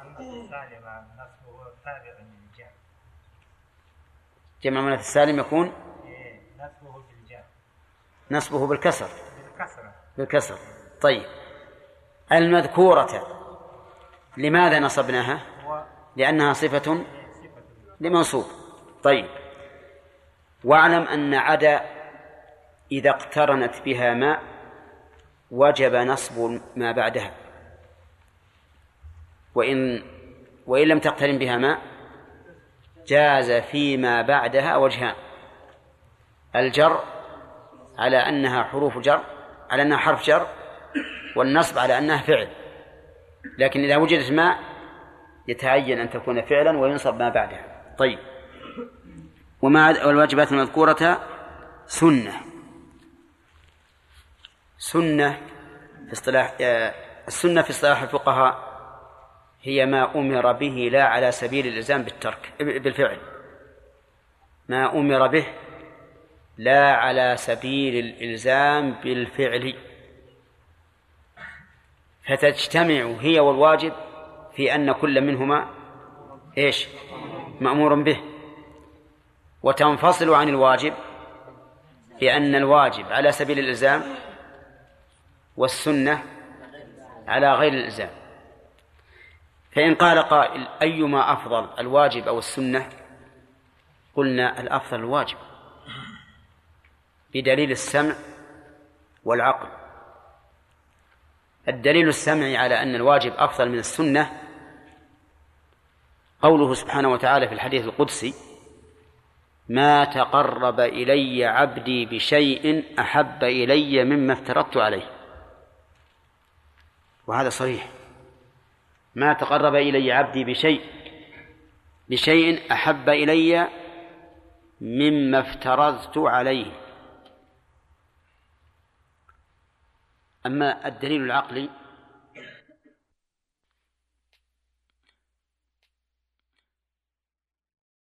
جمع مؤنث السالم يكون نصبه بالكسر بالكسر. طيب المذكورة لماذا نصبناها؟ لأنها صفة لمنصوب. طيب واعلم أن عدا إذا اقترنت بها ما وجب نصب ما بعدها، وإن وإن لم تقترن بها ما جاز فيما بعدها وجهان: الجر على أنها حروف جر على أنها حرف جر، والنصب على أنها فعل. لكن إذا وجدت ما يتعين أن تكون فعلا وينصب ما بعدها. طيب وما والواجبات المذكورة سنة. سنة في اصطلاح السنة في اصطلاح الفقهاء هي ما أمر به لا على سبيل الإلزام بالترك بالفعل، ما أمر به لا على سبيل الإلزام بالفعل، فتجتمع هي والواجب في أن كل منهما إيش؟ مأمور به، وتنفصل عن الواجب بأن الواجب على سبيل الإلزام والسنة على غير الإلزام. فإن قال قائل أيما أفضل الواجب أو السنة؟ قلنا الأفضل الواجب بدليل السمع والعقل. الدليل السمعي على أن الواجب أفضل من السنة قوله سبحانه وتعالى في الحديث القدسي: ما تقرب إلي عبدي بشيء أحب إلي مما افترضت عليه. وهذا صريح، ما تقرب إلي عبدي بشيء بشيء أحب إلي مما افترضت عليه. أما الدليل العقلي